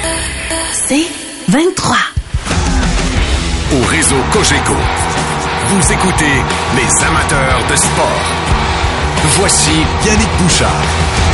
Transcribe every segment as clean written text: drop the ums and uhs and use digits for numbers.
C'est 23. Au réseau Cogeco, vous écoutez les amateurs de sport. Voici Yannick Bouchard.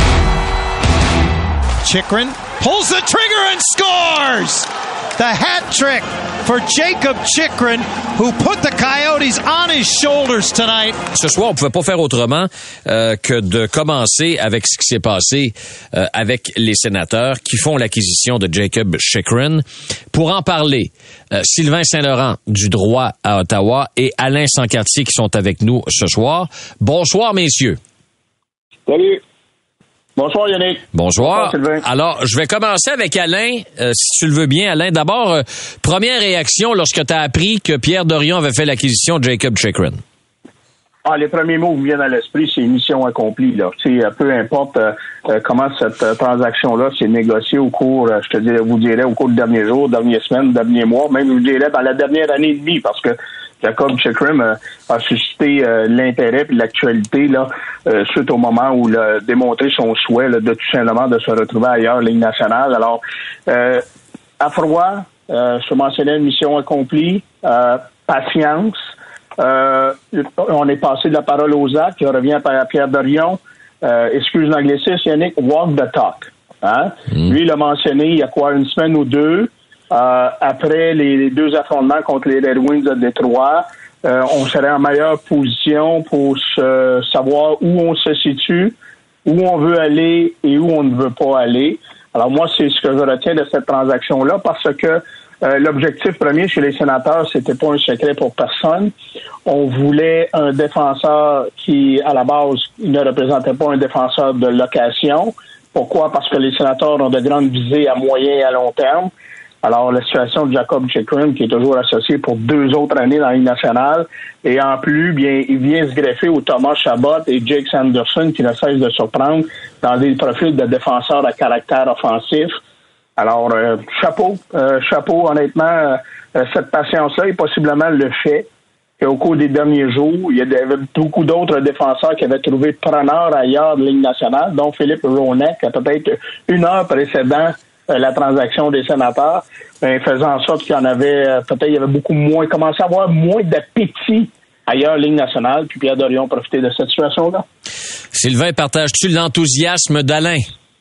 Chychrun pulls the trigger and scores! The hat trick for Jacob Chychrun, who put the Coyotes on his shoulders tonight. Ce soir, on pouvait pas faire autrement que de commencer avec ce qui s'est passé avec les Sénateurs qui font l'acquisition de Jacob Chychrun. Pour en parler, Sylvain Saint-Laurent du Droit à Ottawa et Alain Sancartier qui sont avec nous ce soir. Bonsoir, messieurs. Salut. Bonsoir, Yannick. Bonsoir. Sylvain. Alors, je vais commencer avec Alain, si tu le veux bien. Alain, d'abord, première réaction lorsque tu as appris que Pierre Dorion avait fait l'acquisition de Jacob Chychrun. Les premiers mots me viennent à l'esprit, c'est mission accomplie. Là. Peu importe comment cette transaction-là s'est négociée au cours, vous dirais, au cours des derniers jours, dernières semaines, derniers mois, même je vous dirais dans la dernière année et demie, parce que Jacob Chychrun a suscité l'intérêt et l'actualité là suite au moment où il a démontré son souhait là, de tout simplement de se retrouver ailleurs en Ligue nationale. Alors, à froid, je mentionnais une mission accomplie, patience. On est passé de la parole aux actes, qui revient à Pierre Dorion. Excuse l'anglicisme, Yannick, walk the talk. Hein? Lui, il a mentionné il y a une semaine ou deux, après les deux affrontements contre les Red Wings de Détroit, on serait en meilleure position pour savoir où on se situe, où on veut aller et où on ne veut pas aller. Alors moi, c'est ce que je retiens de cette transaction-là, parce que l'objectif premier chez les Sénateurs, c'était pas un secret pour personne. On voulait un défenseur qui, à la base, ne représentait pas un défenseur de location. Pourquoi? Parce que les Sénateurs ont de grandes visées à moyen et à long terme. Alors, la situation de Jacob Chychrun, qui est toujours associé pour 2 autres années dans la Ligue nationale, et en plus, bien, il vient se greffer au Thomas Chabot et Jake Sanderson, qui ne cessent de surprendre dans des profils de défenseurs à caractère offensif. Alors, chapeau, honnêtement, cette patience-là est possiblement le fait qu'au cours des derniers jours, il y avait beaucoup d'autres défenseurs qui avaient trouvé preneur ailleurs de Ligue nationale, dont Philippe Hronek, à peut-être 1 heure précédant la transaction des Sénateurs, faisant en sorte qu'il y en avait, peut-être il y avait beaucoup moins, commençait à avoir moins d'appétit ailleurs en Ligue nationale, puis Pierre Dorion profitait de cette situation-là. Sylvain, partages-tu l'enthousiasme d'Alain?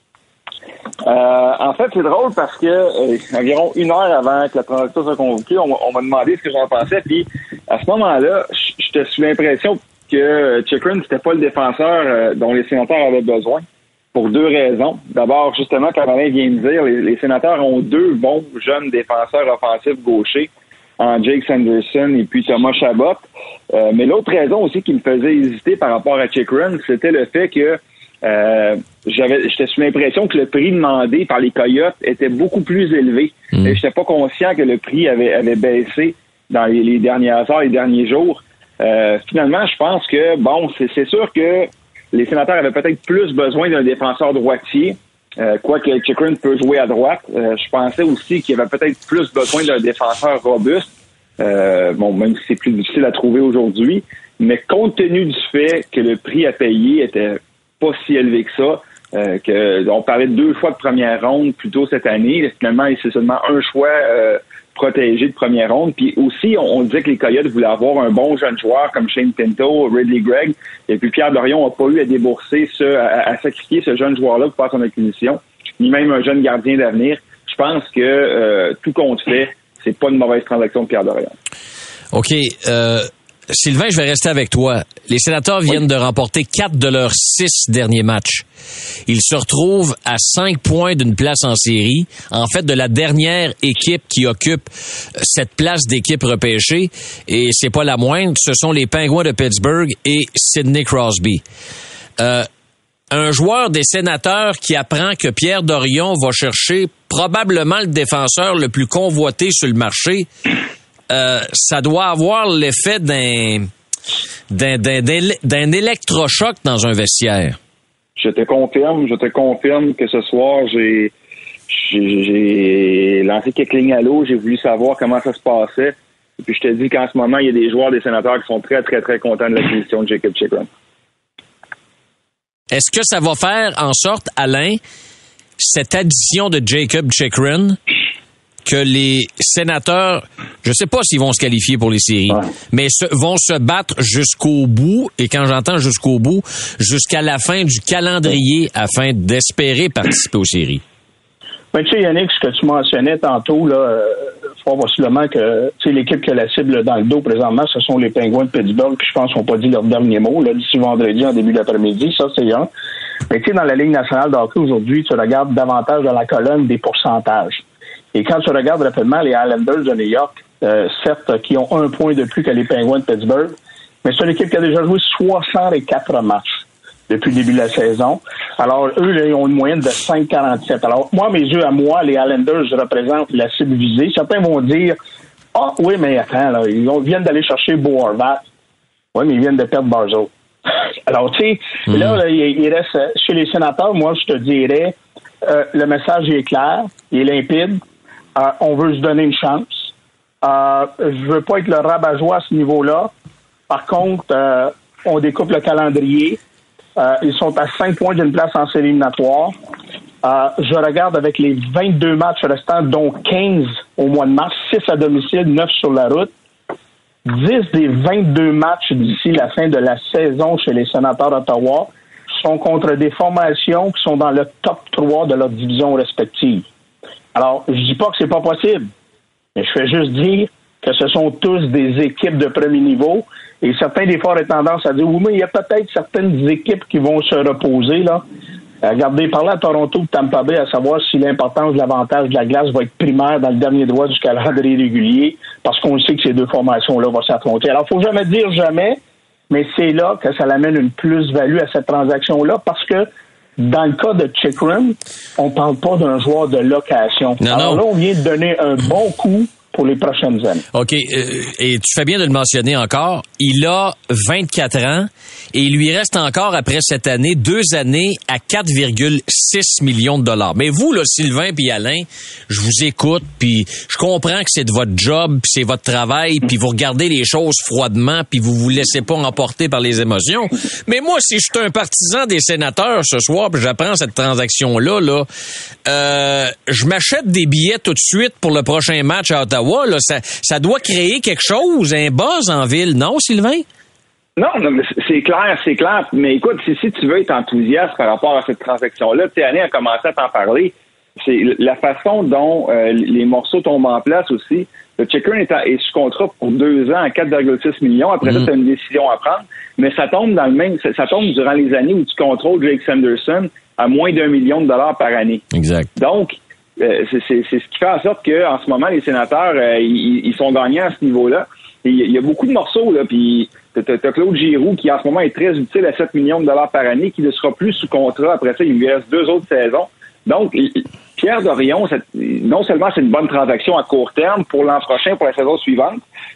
En fait, c'est drôle parce que environ 1 heure avant que la transaction soit convoquée, on m'a demandé ce que j'en pensais. Puis à ce moment-là, j'étais sous l'impression que Chychrun, c'était pas le défenseur dont les Sénateurs avaient besoin. Pour 2 raisons. D'abord, justement, comme Alain vient de dire, les Sénateurs ont 2 bons jeunes défenseurs offensifs gauchers, en Jake Sanderson et puis Thomas Chabot. Mais l'autre raison aussi qui me faisait hésiter par rapport à Chychrun, c'était le fait que j'étais sous l'impression que le prix demandé par les Coyotes était beaucoup plus élevé. Et j'étais pas conscient que le prix avait baissé dans les dernières heures, les derniers jours. Finalement, je pense que, c'est sûr que les Sénateurs avaient peut-être plus besoin d'un défenseur droitier, quoique Chychrun peut jouer à droite. Je pensais aussi qu'il y avait peut-être plus besoin d'un défenseur robuste, même si c'est plus difficile à trouver aujourd'hui. Mais compte tenu du fait que le prix à payer était pas si élevé que ça, on parlait de 2 choix de première ronde plus tôt cette année. Finalement, c'est seulement un choix protégé de première ronde. Puis aussi, on disait que les Coyotes voulaient avoir un bon jeune joueur comme Shane Pinto, Ridley Gregg. Et puis Pierre Dorion n'a pas eu à débourser à sacrifier ce jeune joueur-là pour faire son acquisition, ni même un jeune gardien d'avenir. Je pense que tout compte fait, c'est pas une mauvaise transaction de Pierre Dorion. OK. Sylvain, je vais rester avec toi. Les Sénateurs viennent de remporter 4 de leurs 6 derniers matchs. Ils se retrouvent à 5 points d'une place en série. En fait, de la dernière équipe qui occupe cette place d'équipe repêchée. Et c'est pas la moindre. Ce sont les Penguins de Pittsburgh et Sidney Crosby. Un joueur des Sénateurs qui apprend que Pierre Dorion va chercher probablement le défenseur le plus convoité sur le marché. Ça doit avoir l'effet d'un électrochoc dans un vestiaire. Je te confirme que ce soir, j'ai lancé quelques lignes à l'eau, j'ai voulu savoir comment ça se passait. Et puis je te dis qu'en ce moment, il y a des joueurs des Sénateurs qui sont très, très, très contents de l'acquisition de Jacob Chychrun. Est-ce que ça va faire en sorte, Alain, cette addition de Jacob Chychrun que les Sénateurs, je sais pas s'ils vont se qualifier pour les séries, mais vont se battre jusqu'au bout, et quand j'entends jusqu'au bout, jusqu'à la fin du calendrier afin d'espérer participer aux séries. Ben, tu sais, Yannick, ce que tu mentionnais tantôt, là, fort possiblement que, tu sais, l'équipe qui a la cible dans le dos présentement, ce sont les Penguins de Pittsburgh, qui je pense n'ont pas dit leur dernier mot, là, d'ici vendredi en début d'après-midi, ça, c'est un. Mais tu sais, dans la Ligue nationale de hockey aujourd'hui, tu regardes davantage dans la colonne des pourcentages. Et quand tu regardes rapidement les Islanders de New York, certes, qui ont 1 point de plus que les Penguins de Pittsburgh, mais c'est une équipe qui a déjà joué 64 matchs depuis le début de la saison. Alors, eux, là, ils ont une moyenne de 5,47. Alors, moi, mes yeux à moi, les Islanders représentent la cible visée. Certains vont dire, oui, mais attends, là, ils viennent d'aller chercher Bo Horvat. Oui, mais ils viennent de perdre Barzal. Alors, tu sais, là, il reste, chez les Sénateurs, moi, je te dirais, le message est clair, il est limpide. On veut se donner une chance. Je veux pas être le rabat-joie à ce niveau-là. Par contre, on découpe le calendrier. Ils sont à 5 points d'une place en série éliminatoire. Je regarde avec les 22 matchs restants, dont 15 au mois de mars, 6 à domicile, 9 sur la route. 10 des 22 matchs d'ici la fin de la saison chez les Sénateurs d'Ottawa sont contre des formations qui sont dans le top 3 de leur division respective. Alors, je dis pas que c'est pas possible, mais je fais juste dire que ce sont tous des équipes de premier niveau. Et certains, des fois, auraient tendance à dire, oui, mais il y a peut-être certaines équipes qui vont se reposer, là. Regardez, parler à Toronto ou Tampa Bay à savoir si l'importance de l'avantage de la glace va être primaire dans le dernier droit du calendrier régulier, parce qu'on sait que ces deux formations-là vont s'affronter. Alors, faut jamais dire jamais, mais c'est là que ça amène une plus-value à cette transaction-là, parce que dans le cas de Chychrun, on parle pas d'un joueur de location. Alors là, on vient de donner un bon coup pour les prochaines années. OK. Et tu fais bien de le mentionner encore. Il a 24 ans et il lui reste encore, après cette année, 2 années à 4,6 millions de dollars. Mais vous, là, Sylvain puis Alain, je vous écoute, puis je comprends que c'est de votre job, puis c'est votre travail, puis vous regardez les choses froidement, puis vous laissez pas emporter par les émotions. Mais moi, si je suis un partisan des Sénateurs ce soir, puis j'apprends cette transaction-là, je m'achète des billets tout de suite pour le prochain match à Ottawa. Là, ça doit créer quelque chose, un buzz en ville, non, Sylvain? Non, mais c'est clair. Mais écoute, si tu veux être enthousiaste par rapport à cette transaction-là, tu sais, Annie a commencé à t'en parler. C'est la façon dont les morceaux tombent en place aussi. Le Chychrun est sous contrat pour 2 ans à 4,6 millions. Après ça, tu as une décision à prendre. Mais ça tombe ça tombe durant les années où tu contrôles Jake Sanderson à moins d'1 million de dollars par année. Exact. Donc, c'est ce qui fait en sorte qu'en ce moment, les Sénateurs, ils sont gagnants à ce niveau-là. Il y a beaucoup de morceaux, là, puis t'as Claude Giroux qui, en ce moment, est très utile à 7 millions de dollars par année, qui ne sera plus sous contrat. Après ça, il lui reste 2 autres saisons. Donc, Pierre Dorion, non seulement c'est une bonne transaction à court terme pour l'an prochain, pour la saison suivante,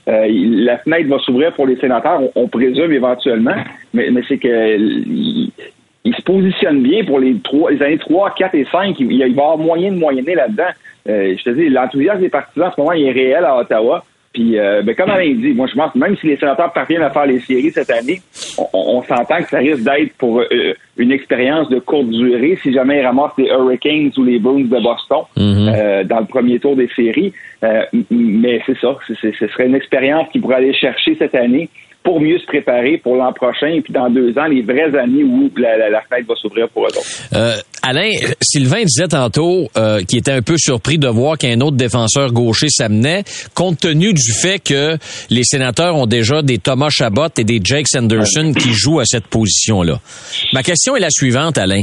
la fenêtre va s'ouvrir pour les Sénateurs, on présume éventuellement, mais c'est que il se positionne bien pour les années 3, 4 et 5. Il va y avoir moyen de moyenner là-dedans. Je te dis, l'enthousiasme des partisans, en ce moment, il est réel à Ottawa. Puis, comme Alain dit, moi, je pense que même si les Sénateurs parviennent à faire les séries cette année, on s'entend que ça risque d'être pour une expérience de courte durée si jamais ils ramassent les Hurricanes ou les Bruins de Boston dans le premier tour des séries. Mais c'est ça. Ce serait une expérience qu'ils pourraient aller chercher cette année pour mieux se préparer pour l'an prochain et puis dans 2 ans, les vraies années où la fenêtre va s'ouvrir pour eux autres. Alain, Sylvain disait tantôt qu'il était un peu surpris de voir qu'un autre défenseur gaucher s'amenait, compte tenu du fait que les Sénateurs ont déjà des Thomas Chabot et des Jake Sanderson qui jouent à cette position-là. Ma question est la suivante, Alain.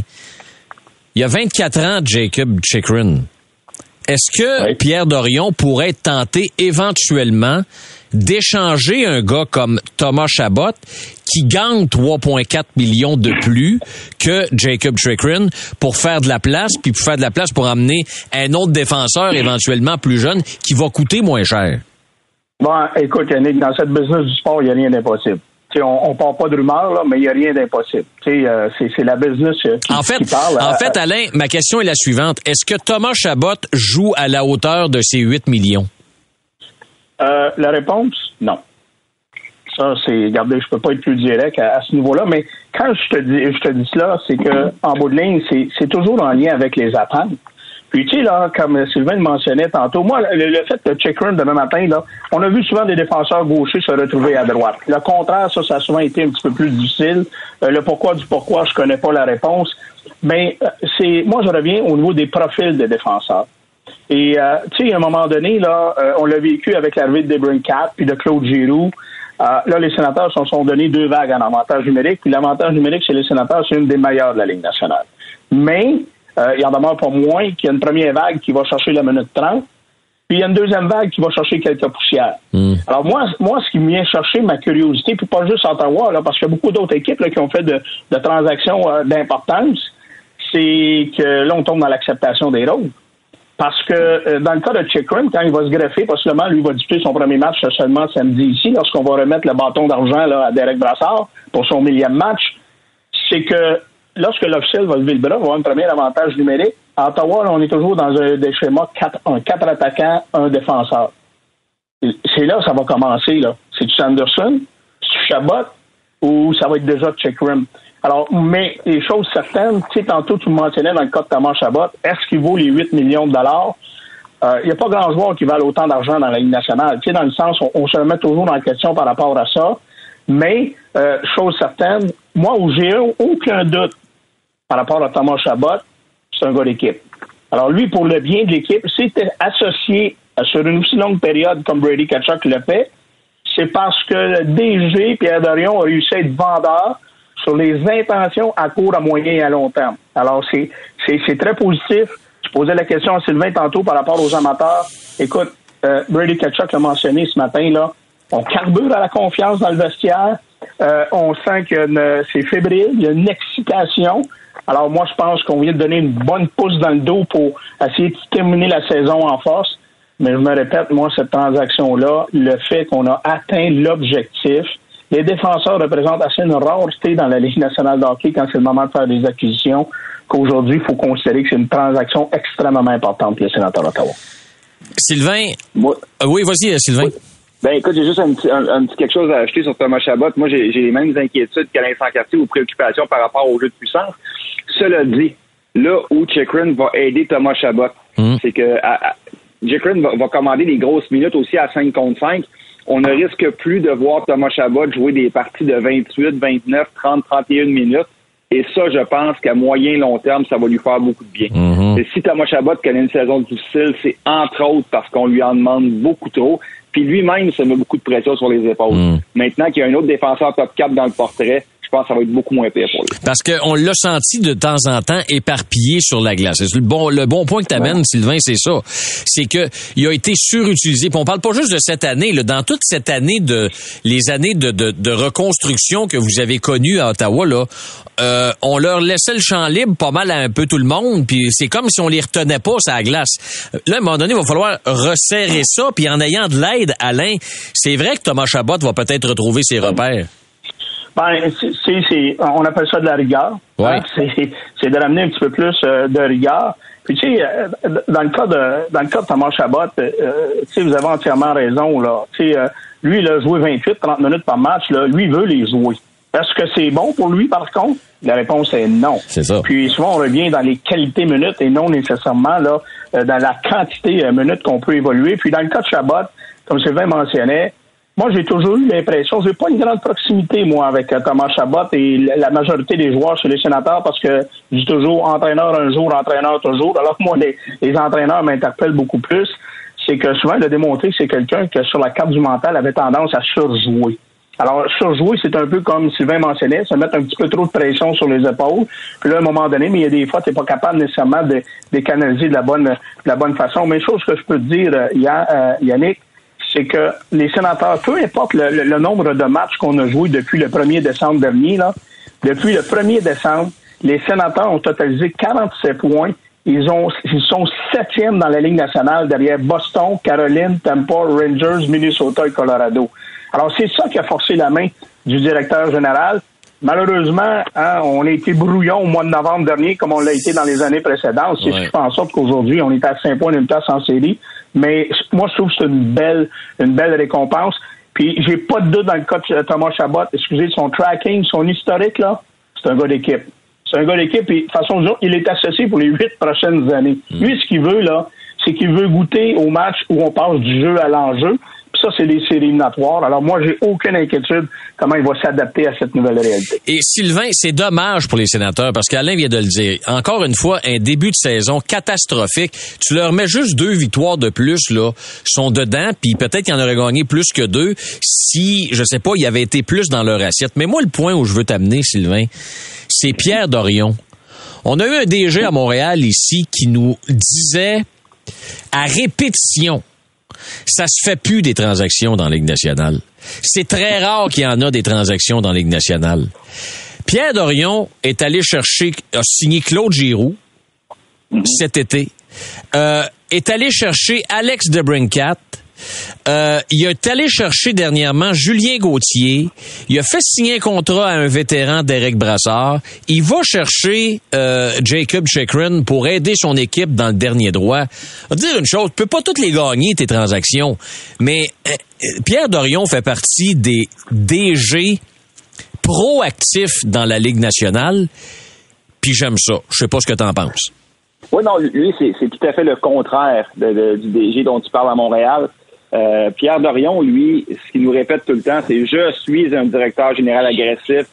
Il y a 24 ans, Jacob Chychrun. Est-ce que Pierre Dorion pourrait être tenté éventuellement d'échanger un gars comme Thomas Chabot qui gagne 3,4 millions de plus que Jacob Chychrun pour faire de la place, puis pour faire de la place pour amener un autre défenseur éventuellement plus jeune qui va coûter moins cher? Bon, écoute, Yannick, dans cette business du sport, il n'y a rien d'impossible. On ne parle pas de rumeurs, là, mais il n'y a rien d'impossible. C'est la business qui parle. En fait, Alain, ma question est la suivante. Est-ce que Thomas Chabot joue à la hauteur de ces 8 millions? La réponse, non. Ça, regardez, je peux pas être plus direct à ce niveau-là, mais quand je te dis cela, c'est que en bout de ligne, c'est toujours en lien avec les attentes. Puis, tu sais, là, comme Sylvain le mentionnait tantôt, moi, le fait que Chychrun, demain matin, là, on a vu souvent des défenseurs gauchers se retrouver à droite. Le contraire, ça a souvent été un petit peu plus difficile. Le pourquoi du pourquoi, je connais pas la réponse. Mais, moi, je reviens au niveau des profils des défenseurs. Et, tu sais, à un moment donné, là, on l'a vécu avec l'arrivée de DeBrincat puis de Claude Giroux. Là, les Sénateurs se sont donné 2 vagues en avantage numérique. Puis l'avantage numérique chez les Sénateurs, c'est une des meilleures de la Ligue nationale. Mais, il en demeure pas moins qu'il y a une première vague qui va chercher la minute 30, puis il y a une deuxième vague qui va chercher quelques poussières. Alors moi, ce qui vient chercher ma curiosité, puis pas juste Ottawa, là, parce qu'il y a beaucoup d'autres équipes là, qui ont fait de transactions d'importance, c'est que là, on tombe dans l'acceptation des rôles. Parce que dans le cas de Chychrun, quand il va se greffer, possiblement, lui va disputer son premier match seulement samedi ici, lorsqu'on va remettre le bâton d'argent là, à Derek Brassard pour son 1000e match, c'est que lorsque l'officiel va lever le bras, il va avoir un premier avantage numérique. À Ottawa, là, on est toujours dans des schémas 4 attaquants, 1 défenseur. C'est là que ça va commencer. Là. C'est-tu Sanderson, c'est-tu Chabot, ou ça va être déjà Chychrun? Alors, mais les choses certaines, tu sais, tantôt tu me mentionnais dans le cas de Thomas Chabot, est-ce qu'il vaut les 8 millions de dollars? Il n'y a pas grand joueur qui valent autant d'argent dans la Ligue nationale. Tu sais, dans le sens, on se remet toujours en question par rapport à ça. Mais, chose certaine, moi, où j'ai aucun doute par rapport à Thomas Chabot, c'est un gars d'équipe. Alors, lui, pour le bien de l'équipe, s'il était associé sur une aussi longue période comme Brady Tkachuk le fait, c'est parce que le DG, Pierre Dorion, a réussi à être vendeur sur les intentions à court, à moyen et à long terme. Alors, c'est très positif. Je posais la question à Sylvain tantôt par rapport aux amateurs. Écoute, Brady Tkachuk l'a mentionné ce matin, là. On carbure à la confiance dans le vestiaire. On sent que c'est fébrile, il y a une excitation. Alors, moi, je pense qu'on vient de donner une bonne pouce dans le dos pour essayer de terminer la saison en force. Mais je me répète, moi, cette transaction-là, le fait qu'on a atteint l'objectif, les défenseurs représentent assez une rareté dans la Ligue nationale de hockey quand c'est le moment de faire des acquisitions, qu'aujourd'hui, il faut considérer que c'est une transaction extrêmement importante pour les Sénateurs d'Ottawa. Sylvain? Oui, vas-y, Sylvain. Oui. Ben écoute, j'ai juste un petit quelque chose à ajouter sur Thomas Chabot. Moi, j'ai les mêmes inquiétudes qu'Alain Sancartier ou préoccupations par rapport au jeu de puissance. Cela dit, là où Chychrun va aider Thomas Chabot, c'est que Chychrun va commander des grosses minutes aussi à 5 contre 5. On ne risque plus de voir Thomas Chabot jouer des parties de 28, 29, 30, 31 minutes. Et ça, je pense qu'à moyen long terme, ça va lui faire beaucoup de bien. Et si Thomas Chabot connaît une saison difficile, c'est entre autres parce qu'on lui en demande beaucoup trop. Puis lui-même, ça met beaucoup de pression sur les épaules. Maintenant qu'il y a un autre défenseur top 4 dans le portrait, je pense que ça va être beaucoup moins pire pour lui. Parce qu'on l'a senti de temps en temps éparpillé sur la glace. C'est le bon point que tu amènes, Sylvain, c'est ça. C'est que il a été surutilisé. Puis on parle pas juste de cette année. Là, dans toute cette année les années de reconstruction que vous avez connues à Ottawa, là, on leur laissait le champ libre pas mal à un peu tout le monde. Puis c'est comme si on les retenait pas sur la glace. Là, à un moment donné, il va falloir resserrer ça. Puis en ayant de l'aide, Alain, c'est vrai que Thomas Chabot va peut-être retrouver ses repères. Ben, on appelle ça de la rigueur. Ouais. Hein? C'est de ramener un petit peu plus de rigueur. Puis tu sais, dans le cas de Thomas Chabot, tu sais, vous avez entièrement raison là. Tu sais, lui, il a joué 28-30 minutes par match. Là, lui, il veut les jouer. Est-ce que c'est bon pour lui, par contre? La réponse est non. C'est ça. Puis souvent, on revient dans les qualités minutes et non nécessairement là dans la quantité minutes qu'on peut évoluer. Puis dans le cas de Chabot, comme Sylvain mentionnait, moi, j'ai toujours eu l'impression, j'ai pas une grande proximité, moi, avec Thomas Chabot et la majorité des joueurs chez les Sénateurs parce que je dis toujours entraîneur un jour, entraîneur toujours. Alors que moi, les entraîneurs m'interpellent beaucoup plus. C'est que souvent, il a démontré que c'est quelqu'un qui, sur la carte du mental, avait tendance à surjouer. Alors, surjouer, c'est un peu comme Sylvain mentionnait, se mettre un petit peu trop de pression sur les épaules. Puis là, à un moment donné, mais il y a des fois, tu n'es pas capable nécessairement de canaliser de la bonne façon. Mais une chose que je peux te dire, Yannick, c'est que les Sénateurs, peu importe le nombre de matchs qu'on a joués depuis le 1er décembre dernier, là, depuis le 1er décembre, les Sénateurs ont totalisé 47 points. Ils sont 7e dans la Ligue nationale derrière Boston, Caroline, Tampa, Rangers, Minnesota et Colorado. Alors, c'est ça qui a forcé la main du directeur général. Malheureusement, on a été brouillon au mois de novembre dernier, comme on l'a été dans les années précédentes. C'est ce qui fait en sorte qu'aujourd'hui, on est à 5 points d'une place en série. Mais moi, je trouve que c'est une belle récompense. Puis, j'ai pas de doute dans le cas de Thomas Chabot. Excusez, son tracking, son historique, là, c'est un gars d'équipe. C'est un gars d'équipe, et de toute façon, il est associé pour les 8 prochaines années. Lui, ce qu'il veut, là, c'est qu'il veut goûter au match où on passe du jeu à l'enjeu. Puis ça, c'est les séries éliminatoires. Alors moi, j'ai aucune inquiétude comment il va s'adapter à cette nouvelle réalité. Et Sylvain, c'est dommage pour les Sénateurs parce qu'Alain vient de le dire. Encore une fois, un début de saison catastrophique. Tu leur mets juste 2 victoires de plus, là, sont dedans, puis peut-être qu'ils en auraient gagné plus que 2 si, je sais pas, il y avait été plus dans leur assiette. Mais moi, le point où je veux t'amener, Sylvain, c'est Pierre Dorion. On a eu un DG à Montréal ici qui nous disait à répétition, ça se fait plus des transactions dans la Ligue nationale. C'est très rare qu'il y en a des transactions dans la Ligue nationale. Pierre Dorion est allé a signé Claude Giroux cet été. Est allé chercher Alex DeBrincat. Il est allé chercher dernièrement Julien Gauthier. Il a fait signer un contrat à un vétéran d'Éric Brassard. Il va chercher Jacob Chychrun pour aider son équipe dans le dernier droit. On va dire une chose, tu peux pas toutes les gagner, tes transactions, mais Pierre Dorion fait partie des DG proactifs dans la Ligue nationale, puis j'aime ça. Je sais pas ce que t'en penses. Oui, non, lui, c'est tout à fait le contraire du DG dont tu parles à Montréal. Pierre Dorion, lui, ce qu'il nous répète tout le temps, c'est « Je suis un directeur général agressif,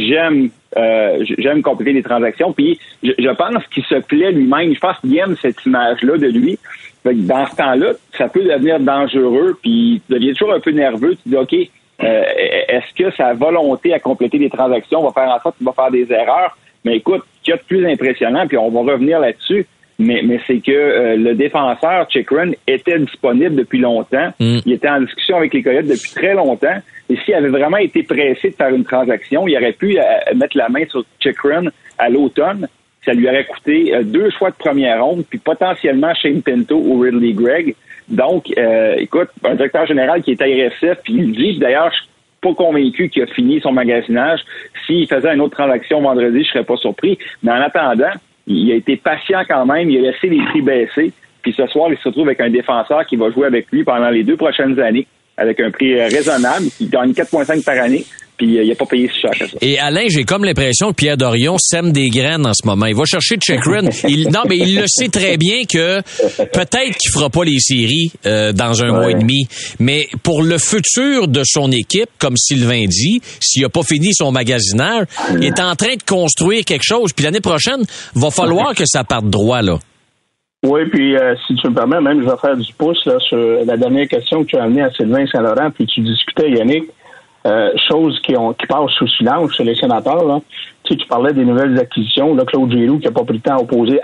j'aime compléter les transactions ». Puis je pense qu'il se plaît lui-même, je pense qu'il aime cette image-là de lui. Fait que dans ce temps-là, ça peut devenir dangereux, puis tu deviens toujours un peu nerveux. Tu dis « OK, est-ce que sa volonté à compléter les transactions va faire en sorte qu'il va faire des erreurs? » Mais écoute, ce qu'il y a de plus impressionnant, puis on va revenir là-dessus, mais c'est que le défenseur Chychrun était disponible depuis longtemps. Il était en discussion avec les Coyotes depuis très longtemps. Et s'il avait vraiment été pressé de faire une transaction, il aurait pu mettre la main sur Chychrun à l'automne. Ça lui aurait coûté 2 choix de première ronde, puis potentiellement Shane Pinto ou Ridley Gregg. Donc, écoute, un directeur général qui est agressif, puis il dit, d'ailleurs, je suis pas convaincu qu'il a fini son magasinage. S'il faisait une autre transaction vendredi, je serais pas surpris. Mais en attendant, il a été patient quand même, il a laissé les prix baisser, puis ce soir, il se retrouve avec un défenseur qui va jouer avec lui pendant les 2 prochaines années, avec un prix raisonnable, il gagne 4,5 par année, puis il n'a pas payé si cher que ça. Et Alain, j'ai comme l'impression que Pierre Dorion sème des graines en ce moment. Il va chercher Chychrun. Non, mais il le sait très bien que peut-être qu'il fera pas les séries dans un mois et demi, mais pour le futur de son équipe, comme Sylvain dit, s'il a pas fini son magasinage, il est en train de construire quelque chose, puis l'année prochaine, va falloir que ça parte droit, là. Oui, puis si tu me permets, même je vais faire du pouce là, sur la dernière question que tu as amenée à Sylvain Saint-Laurent, puis tu discutais, Yannick, choses qui passent sous silence chez les sénateurs. Là. Tu sais, tu parlais des nouvelles acquisitions. Là, Claude Giroux qui n'a pas pris le temps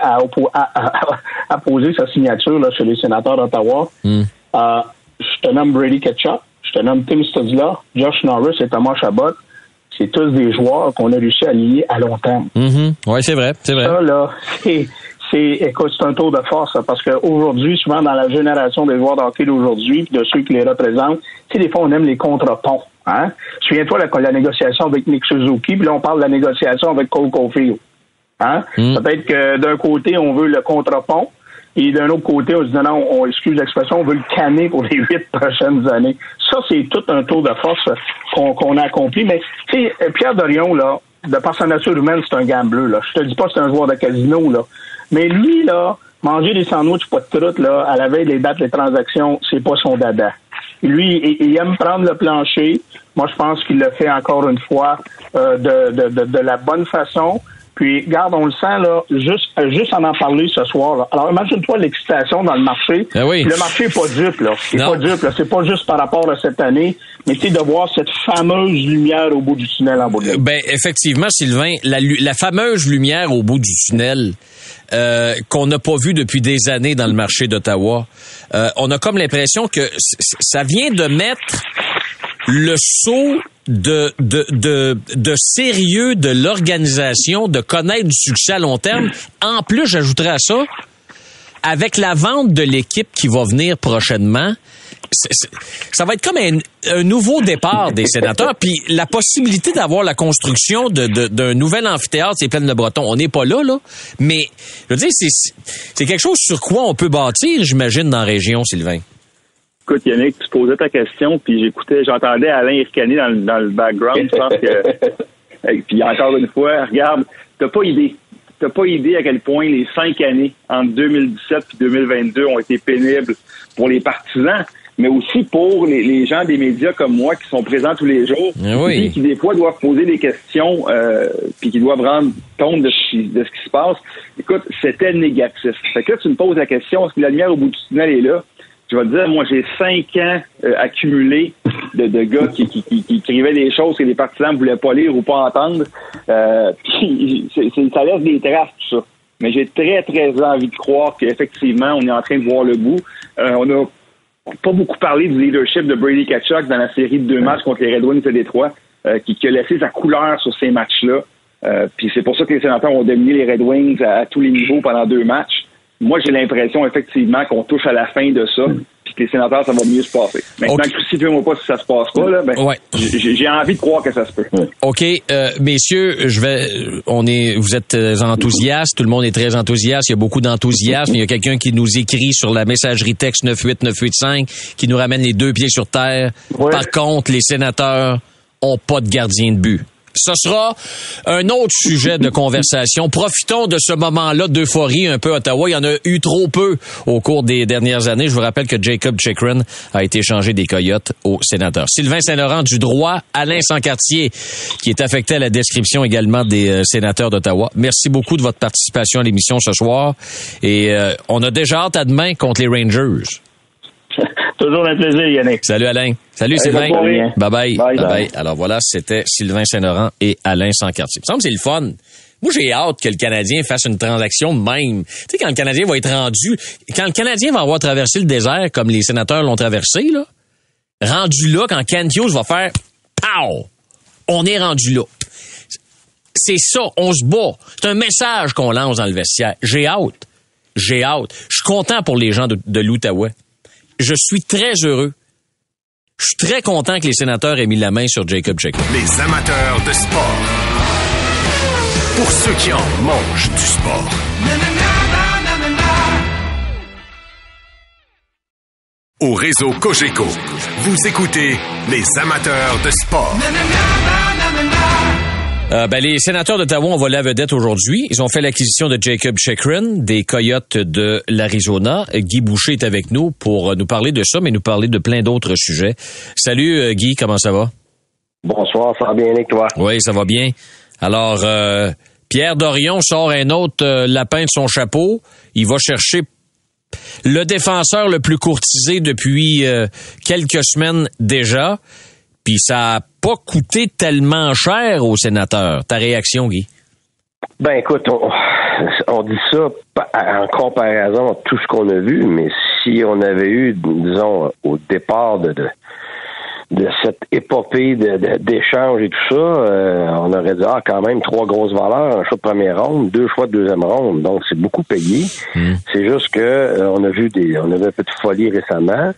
à poser sa signature là, chez les sénateurs d'Ottawa. Je te nomme Brady Ketchup, je te nomme Tim Stutzla, Josh Norris et Thomas Chabot. C'est tous des joueurs qu'on a réussi à lier à long terme. Oui, c'est vrai. Ça, là, écoute, c'est un tour de force, là, parce qu'aujourd'hui, souvent dans la génération des joueurs de hockey d'aujourd'hui, de ceux qui les représentent, tu sais, des fois, on aime les contre-ponts. Hein? Souviens-toi la négociation avec Nick Suzuki, puis là, on parle de la négociation avec Cole Caulfield. Hein? Peut-être que d'un côté, on veut le contre-pont, et d'un autre côté, on se dit non, on excuse l'expression, on veut le canner pour les 8 prochaines années. Ça, c'est tout un tour de force qu'on a accompli. Mais, tu sais, Pierre Dorion, là, de par sa nature humaine, c'est un gambleux, là. Je te dis pas que c'est un joueur de casino, là. Mais lui, là, manger des sandwichs pas de troute, là, à la veille des dates, les transactions, c'est pas son dada. Lui, il aime prendre le plancher. Moi, je pense qu'il le fait encore une fois de la bonne façon. Puis, regarde, on le sent, là, juste en parler ce soir, là. Alors, imagine-toi l'excitation dans le marché. Ah oui. Le marché n'est pas dupe, là. C'est pas dupe, là. C'est pas juste par rapport à cette année, mais tu sais, de voir cette fameuse lumière au bout du tunnel en bout de ligne. Ben, effectivement, Sylvain, la fameuse lumière au bout du tunnel, qu'on n'a pas vue depuis des années dans le marché d'Ottawa. On a comme l'impression que ça vient de mettre le saut de sérieux de l'organisation, de connaître du succès à long terme. En plus, j'ajouterais à ça, avec la vente de l'équipe qui va venir prochainement, ça va être comme un nouveau départ des Sénateurs, puis la possibilité d'avoir la construction d'un nouvel amphithéâtre, c'est Plaine-le-Breton. On n'est pas là, mais je veux dire, c'est quelque chose sur quoi on peut bâtir, j'imagine, dans la région, Sylvain. Écoute, Yannick, tu posais ta question, puis j'entendais Alain ricaner dans le background. Je pense que Et puis encore une fois, regarde, t'as pas idée à quel point les 5 années entre 2017 et 2022 ont été pénibles pour les partisans, mais aussi pour les gens des médias comme moi qui sont présents tous les jours, oui. qui des fois doivent poser des questions puis qui doivent rendre compte de ce qui se passe. Écoute, c'était négatif. Fait que là, tu me poses la question, est-ce que la lumière au bout du tunnel est là? Je vais te dire, moi, j'ai 5 ans accumulés de gars qui écrivaient des choses que les partisans ne voulaient pas lire ou pas entendre. Puis, ça laisse des traces, tout ça. Mais j'ai très, très envie de croire qu'effectivement, on est en train de voir le bout. On a pas beaucoup parlé du leadership de Brady Tkachuk dans la série de 2 matchs contre les Red Wings de Détroit, qui a laissé sa couleur sur ces matchs-là. Puis c'est pour ça que les Sénateurs ont dominé les Red Wings à tous les niveaux pendant 2 matchs. Moi, j'ai l'impression, effectivement, qu'on touche à la fin de ça, puis que les Sénateurs, ça va mieux se passer. Maintenant, crucifiez-moi pas si ça se passe pas, là, j'ai envie de croire que ça se peut. OK, messieurs, vous êtes enthousiastes, tout le monde est très enthousiaste, il y a beaucoup d'enthousiasme, il y a quelqu'un qui nous écrit sur la messagerie texte 98985 qui nous ramène les 2 pieds sur terre. Ouais. Par contre, les Sénateurs ont pas de gardien de but. Ce sera un autre sujet de conversation. Profitons de ce moment-là d'euphorie un peu à Ottawa. Il y en a eu trop peu au cours des dernières années. Je vous rappelle que Jacob Chychrun a été échangé des Coyotes aux Sénateurs. Sylvain Saint-Laurent du droit, Alain Sancartier, qui est affecté à la description également des Sénateurs d'Ottawa. Merci beaucoup de votre participation à l'émission ce soir. Et on a déjà hâte à demain contre les Rangers. Toujours un plaisir, Yannick. Salut Alain. Salut Sylvain. Bye bye. Alors voilà, c'était Sylvain Saint-Laurent et Alain Sancartier. Il me semble que c'est le fun. Moi, j'ai hâte que le Canadien fasse une transaction de même. Tu sais, quand le Canadien va être rendu, quand le Canadien va avoir traversé le désert comme les Sénateurs l'ont traversé, là, rendu là, quand Kent Hughes va faire pow, on est rendu là. C'est ça, on se bat. C'est un message qu'on lance dans le vestiaire. J'ai hâte. Je suis content pour les gens de l'Outaouais. Je suis très heureux. Je suis très content que les Sénateurs aient mis la main sur Jacob Chychrun. Les amateurs de sport. Pour ceux qui en mangent du sport. Au réseau Cogeco, vous écoutez les amateurs de sport. Les Sénateurs d'Ottawa ont volé la vedette aujourd'hui. Ils ont fait l'acquisition de Jacob Chychrun des Coyotes de l'Arizona. Guy Boucher est avec nous pour nous parler de ça, mais nous parler de plein d'autres sujets. Salut Guy, comment ça va? Bonsoir, ça va bien avec toi? Oui, ça va bien. Alors, Pierre Dorion sort un autre lapin de son chapeau. Il va chercher le défenseur le plus courtisé depuis quelques semaines déjà. Puis ça a pas coûté tellement cher aux Sénateurs. Ta réaction, Guy? Ben écoute, on dit ça en comparaison à tout ce qu'on a vu, mais si on avait eu, disons, au départ de cette épopée d'échanges et tout ça, on aurait dit quand même 3 grosses valeurs, un choix de première ronde, 2 choix de deuxième ronde, donc c'est beaucoup payé. C'est juste que on a vu un peu de folie récemment.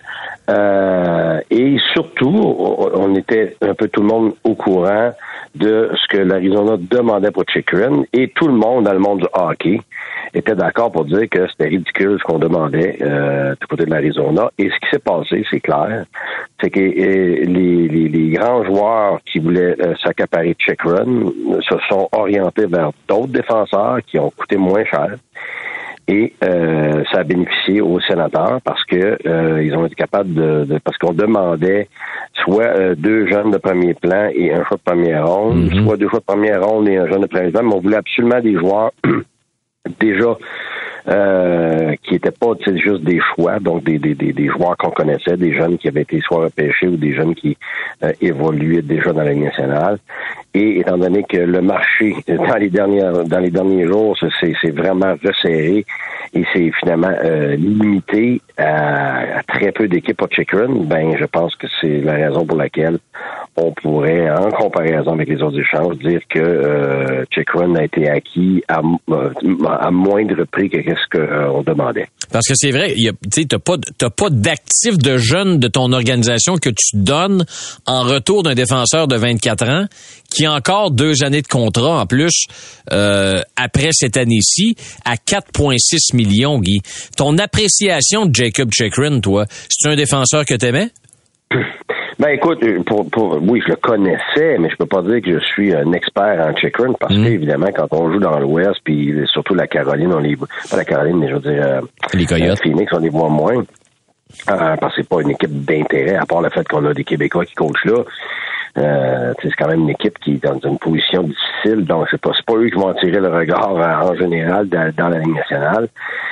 Et surtout, on était un peu tout le monde au courant de ce que l'Arizona demandait pour Chychrun, et tout le monde dans le monde du hockey était d'accord pour dire que c'était ridicule ce qu'on demandait du côté de l'Arizona. Et ce qui s'est passé, c'est clair, c'est que les grands joueurs qui voulaient s'accaparer de Chychrun se sont orientés vers d'autres défenseurs qui ont coûté moins cher. Et ça a bénéficié aux Sénateurs parce que ils ont été capables parce qu'on demandait soit 2 jeunes de premier plan et un choix de première ronde, soit 2 choix de première ronde et un jeune de premier plan, mais on voulait absolument des joueurs déjà qui n'étaient pas juste des choix, donc des joueurs qu'on connaissait, des jeunes qui avaient été soit repêchés ou des jeunes qui évoluaient déjà dans la Ligue nationale. Et étant donné que le marché dans les derniers jours, c'est vraiment resserré et c'est finalement limité à très peu d'équipes pour Chychrun, ben je pense que c'est la raison pour laquelle on pourrait, en comparaison avec les autres échanges, dire que Chychrun a été acquis à moindre prix que ce qu'on demandait. Parce que c'est vrai, tu t'as pas d'actifs de jeunes de ton organisation que tu donnes en retour d'un défenseur de 24 ans qui a encore 2 années de contrat en plus après cette année-ci à 4,6 millions, Guy. Ton appréciation de Jacob Chychrun, toi, c'est un défenseur que t'aimais? Ben écoute, oui, je le connaissais, mais je peux pas dire que je suis un expert en Chychrun parce que évidemment, quand on joue dans l'Ouest, puis surtout la Caroline, pas la Caroline, mais je veux dire les Coyotes. Phoenix, on les voit moins. Parce que c'est pas une équipe d'intérêt, à part le fait qu'on a des Québécois qui coachent là. C'est quand même une équipe qui est dans une position difficile, donc c'est pas eux qui vont attirer le regard en général dans la Ligue nationale.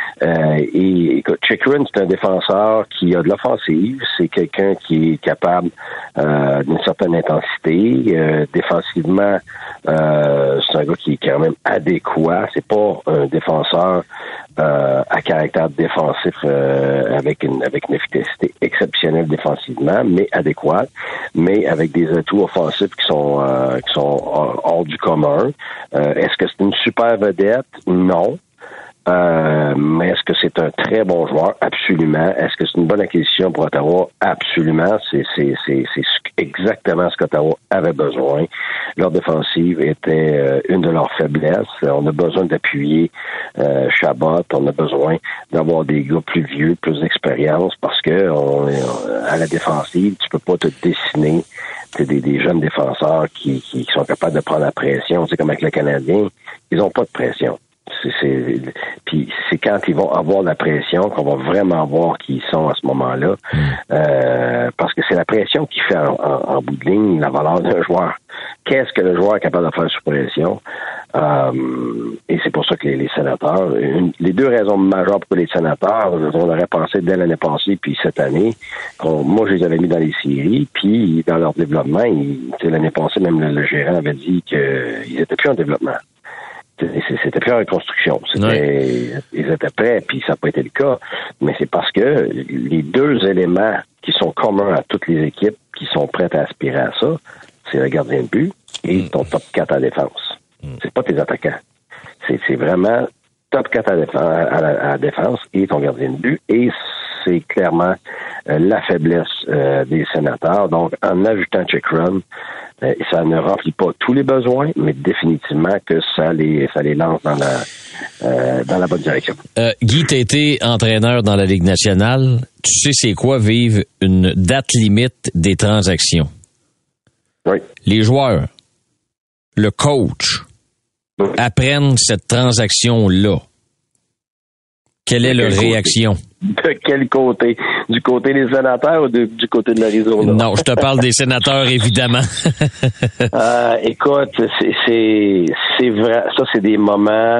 Et écoute, Chychrun, c'est un défenseur qui a de l'offensive, c'est quelqu'un qui est capable d'une certaine intensité. Défensivement, c'est un gars qui est quand même adéquat. C'est pas un défenseur à caractère défensif avec une efficacité exceptionnelle défensivement, mais adéquate, mais avec des atouts offensifs qui sont hors du commun. Est-ce que c'est une super vedette? Non. Mais est-ce que c'est un très bon joueur? Absolument. Est-ce que c'est une bonne acquisition pour Ottawa? Absolument. C'est exactement ce qu'Ottawa avait besoin. Leur défensive était une de leurs faiblesses. On a besoin d'appuyer Chabot. On a besoin d'avoir des gars plus vieux, plus d'expérience, parce que à la défensive, tu peux pas te dessiner des jeunes défenseurs qui sont capables de prendre la pression. C'est comme avec le Canadien, ils ont pas de pression. Puis c'est quand ils vont avoir la pression qu'on va vraiment voir qui ils sont à ce moment-là. Parce que c'est la pression qui fait en bout de ligne la valeur d'un joueur. Qu'est-ce que le joueur est capable de faire sous pression? Et c'est pour ça que les Sénateurs, les deux raisons majeures pour les Sénateurs, on aurait pensé dès l'année passée puis cette année, moi je les avais mis dans les séries, puis dans leur développement, l'année passée même le gérant avait dit qu'ils étaient plus en développement. C'était plus en reconstruction. Ils étaient prêts, puis ça n'a pas été le cas. Mais c'est parce que les deux éléments qui sont communs à toutes les équipes qui sont prêtes à aspirer à ça, c'est le gardien de but et ton top 4 à défense. C'est pas tes attaquants. C'est vraiment top 4 à la défense et ton gardien de but. Et c'est clairement la faiblesse des Sénateurs. Donc, en ajoutant Chychrun, ça ne remplit pas tous les besoins, mais définitivement que ça les lance dans la bonne direction. Guy, t'as été entraîneur dans la Ligue nationale. Tu sais c'est quoi vivre une date limite des transactions? Oui. Les joueurs, le coach, apprennent cette transaction-là. Quelle est leur réaction? De quel côté? Du côté des Sénateurs ou du côté de l'Arizona? Non, je te parle des Sénateurs, évidemment. Écoute, c'est vrai. Ça, c'est des moments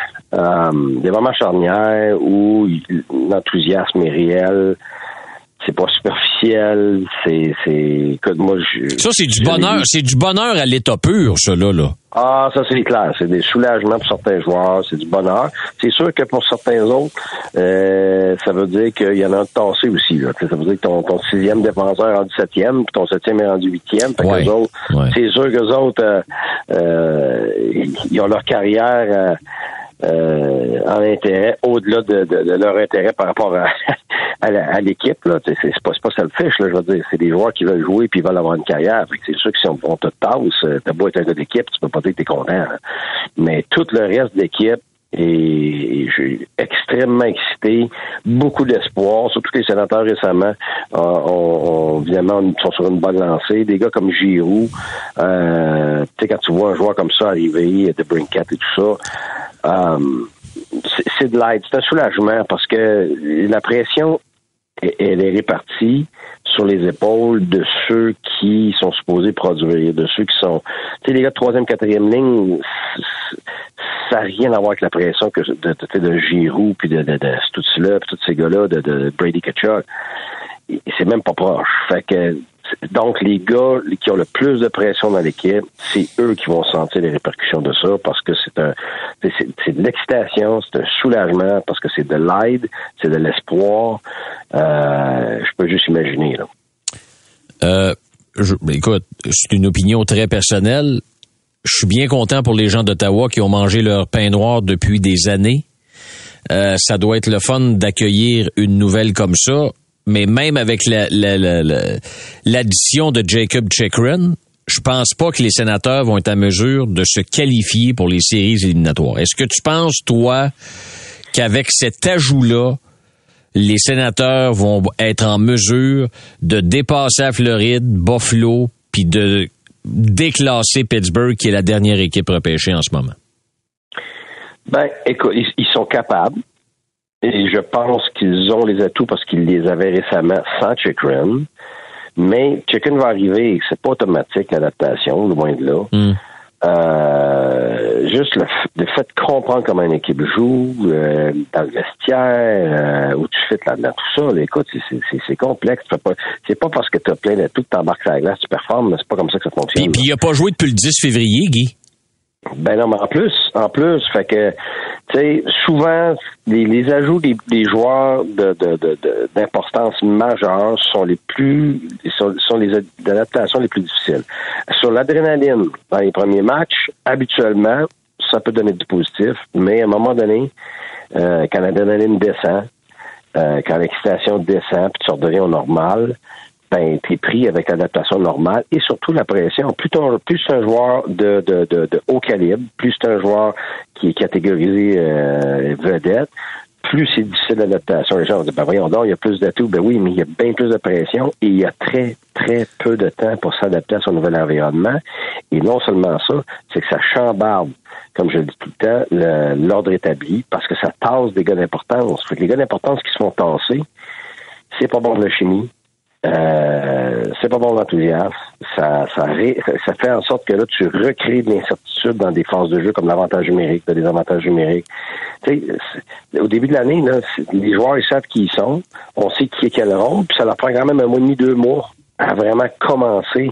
charnières où l'enthousiasme est réel. C'est pas superficiel. Écoute, moi, ça, c'est du bonheur. C'est du bonheur à l'état pur, ça, là. Ah, ça, c'est clair. C'est des soulagements pour certains joueurs. C'est du bonheur. C'est sûr que pour certains autres, ça veut dire qu'il y en a un tassé aussi, là. Ça veut dire que ton 6e défenseur est rendu 7e, puis ton 7e est rendu 8e. Fait qu'eux autres, c'est sûr qu'eux autres, ils ont leur carrière, en intérêt, au-delà de leur intérêt par rapport à l'équipe, là. C'est pas selfish, là, je veux dire. C'est des joueurs qui veulent jouer puis ils veulent avoir une carrière. Fait que c'est sûr que si on te tasse, t'as beau être un gars d'équipe, tu peux pas dire que t'es content, hein. Mais tout le reste d'équipe, et je suis extrêmement excité, beaucoup d'espoir, surtout que les Sénateurs récemment évidemment sont sur une bonne lancée. Des gars comme Giroux, tu sais, quand tu vois un joueur comme ça arriver, de Brinkett et tout ça, c'est de l'aide, c'est un soulagement parce que la pression, elle est répartie sur les épaules de ceux qui sont supposés produire, de ceux qui sont... Tu sais, les gars de 3e, 4e ligne, ça n'a rien à voir avec la pression que de Giroux, puis de tout cela, puis tous ces gars-là, de Brady Tkachuk. C'est même pas proche. Fait que donc, les gars qui ont le plus de pression dans l'équipe, c'est eux qui vont sentir les répercussions de ça parce que c'est de l'excitation, c'est un soulagement, parce que c'est de l'aide, c'est de l'espoir. Je peux juste imaginer, là. Écoute, c'est une opinion très personnelle. Je suis bien content pour les gens d'Ottawa qui ont mangé leur pain noir depuis des années. Ça doit être le fun d'accueillir une nouvelle comme ça. Mais même avec l'addition de Jacob Chychrun, je pense pas que les Sénateurs vont être à mesure de se qualifier pour les séries éliminatoires. Est-ce que tu penses, toi, qu'avec cet ajout-là, les Sénateurs vont être en mesure de dépasser la Floride, Buffalo, puis de déclasser Pittsburgh, qui est la dernière équipe repêchée en ce moment? Ben, écoute, ils sont capables. Et je pense qu'ils ont les atouts parce qu'ils les avaient récemment sans Chychrun. Mais Chychrun va arriver et c'est pas automatique l'adaptation, loin de là. Juste le fait de comprendre comment une équipe joue, dans le vestiaire, où tu fais là-dedans, tout ça, là, écoute, c'est complexe. C'est pas parce que tu as plein d'atouts que tu embarques sur la glace, tu performes, mais c'est pas comme ça que ça fonctionne. Puis il a pas joué depuis le 10 février, Guy. Ben non, mais en plus, fait que, tu sais, souvent, les ajouts des joueurs d'importance majeure sont les adaptations les plus difficiles. Sur l'adrénaline, dans les premiers matchs, habituellement, ça peut donner du positif, mais à un moment donné, quand l'adrénaline descend, quand l'excitation descend, puis tu redeviens au normal, ben, t'es pris avec l'adaptation normale et surtout la pression. Plus c'est un joueur de haut calibre, plus c'est un joueur qui est catégorisé vedette, plus c'est difficile l'adaptation. Les gens vont dire, ben voyons donc, il y a plus d'atouts. Ben oui, mais il y a bien plus de pression et il y a très, très peu de temps pour s'adapter à son nouvel environnement. Et non seulement ça, c'est que ça chambarde, comme je le dis tout le temps, l'ordre établi parce que ça tasse des gars d'importance. Fait que les gars d'importance qui se font tasser, c'est pas bon de la chimie. C'est pas bon l'enthousiasme. Ça fait en sorte que là, tu recrées de l'incertitude dans des phases de jeu comme l'avantage numérique, des désavantages numériques. Tu sais, au début de l'année, là, les joueurs, ils savent qui ils sont. On sait qui est quel rôle, puis ça leur prend quand même 1 mois et demi, 2 mois à vraiment commencer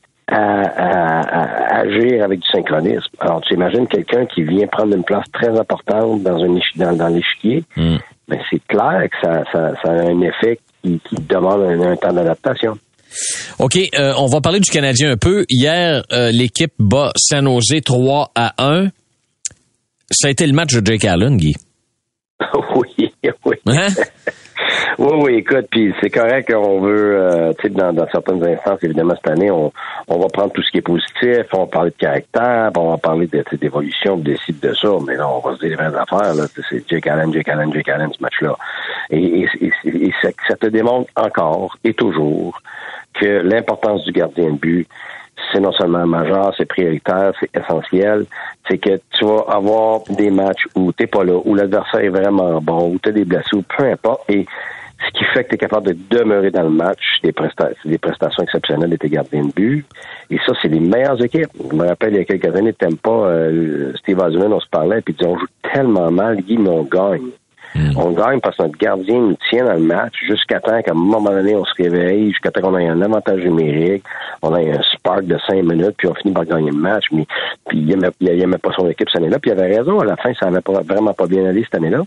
à agir avec du synchronisme. Alors, tu imagines quelqu'un qui vient prendre une place très importante dans l'échiquier. Ben, c'est clair que ça a un effet qui demande un temps d'adaptation. OK, on va parler du Canadien un peu. Hier, l'équipe bat San Jose 3-1. Ça a été le match de Jake Allen, Guy. Oui. Hein? Oui, écoute, puis c'est correct qu'on veut, tu sais, dans certaines instances, évidemment, cette année, on va prendre tout ce qui est positif, on va parler de caractère, on va parler d'évolution, de décide de ça, mais là, on va se dire les vraies affaires, là, c'est Jake Allen, ce match-là. Et ça te démontre encore et toujours que l'importance du gardien de but, c'est non seulement majeur, c'est prioritaire, c'est essentiel. C'est que tu vas avoir des matchs où t'es pas là, où l'adversaire est vraiment bon, où t'as des blessures, peu importe. Et ce qui fait que tu es capable de demeurer dans le match, c'est des prestations exceptionnelles de tes gardiens de but. Et ça, c'est les meilleures équipes. Je me rappelle, il y a quelques années, t'aimes pas Steve Eisenman, on se parlait, puis il disait, on joue tellement mal, Guy, mais on gagne. On gagne parce que notre gardien nous tient dans le match jusqu'à temps qu'à un moment donné, on se réveille, jusqu'à temps qu'on ait un avantage numérique, on a un spark de 5 minutes, puis on finit par gagner le match. Mais puis il aimait pas son équipe cette année-là, puis il avait raison, à la fin, ça avait vraiment pas bien allé cette année-là.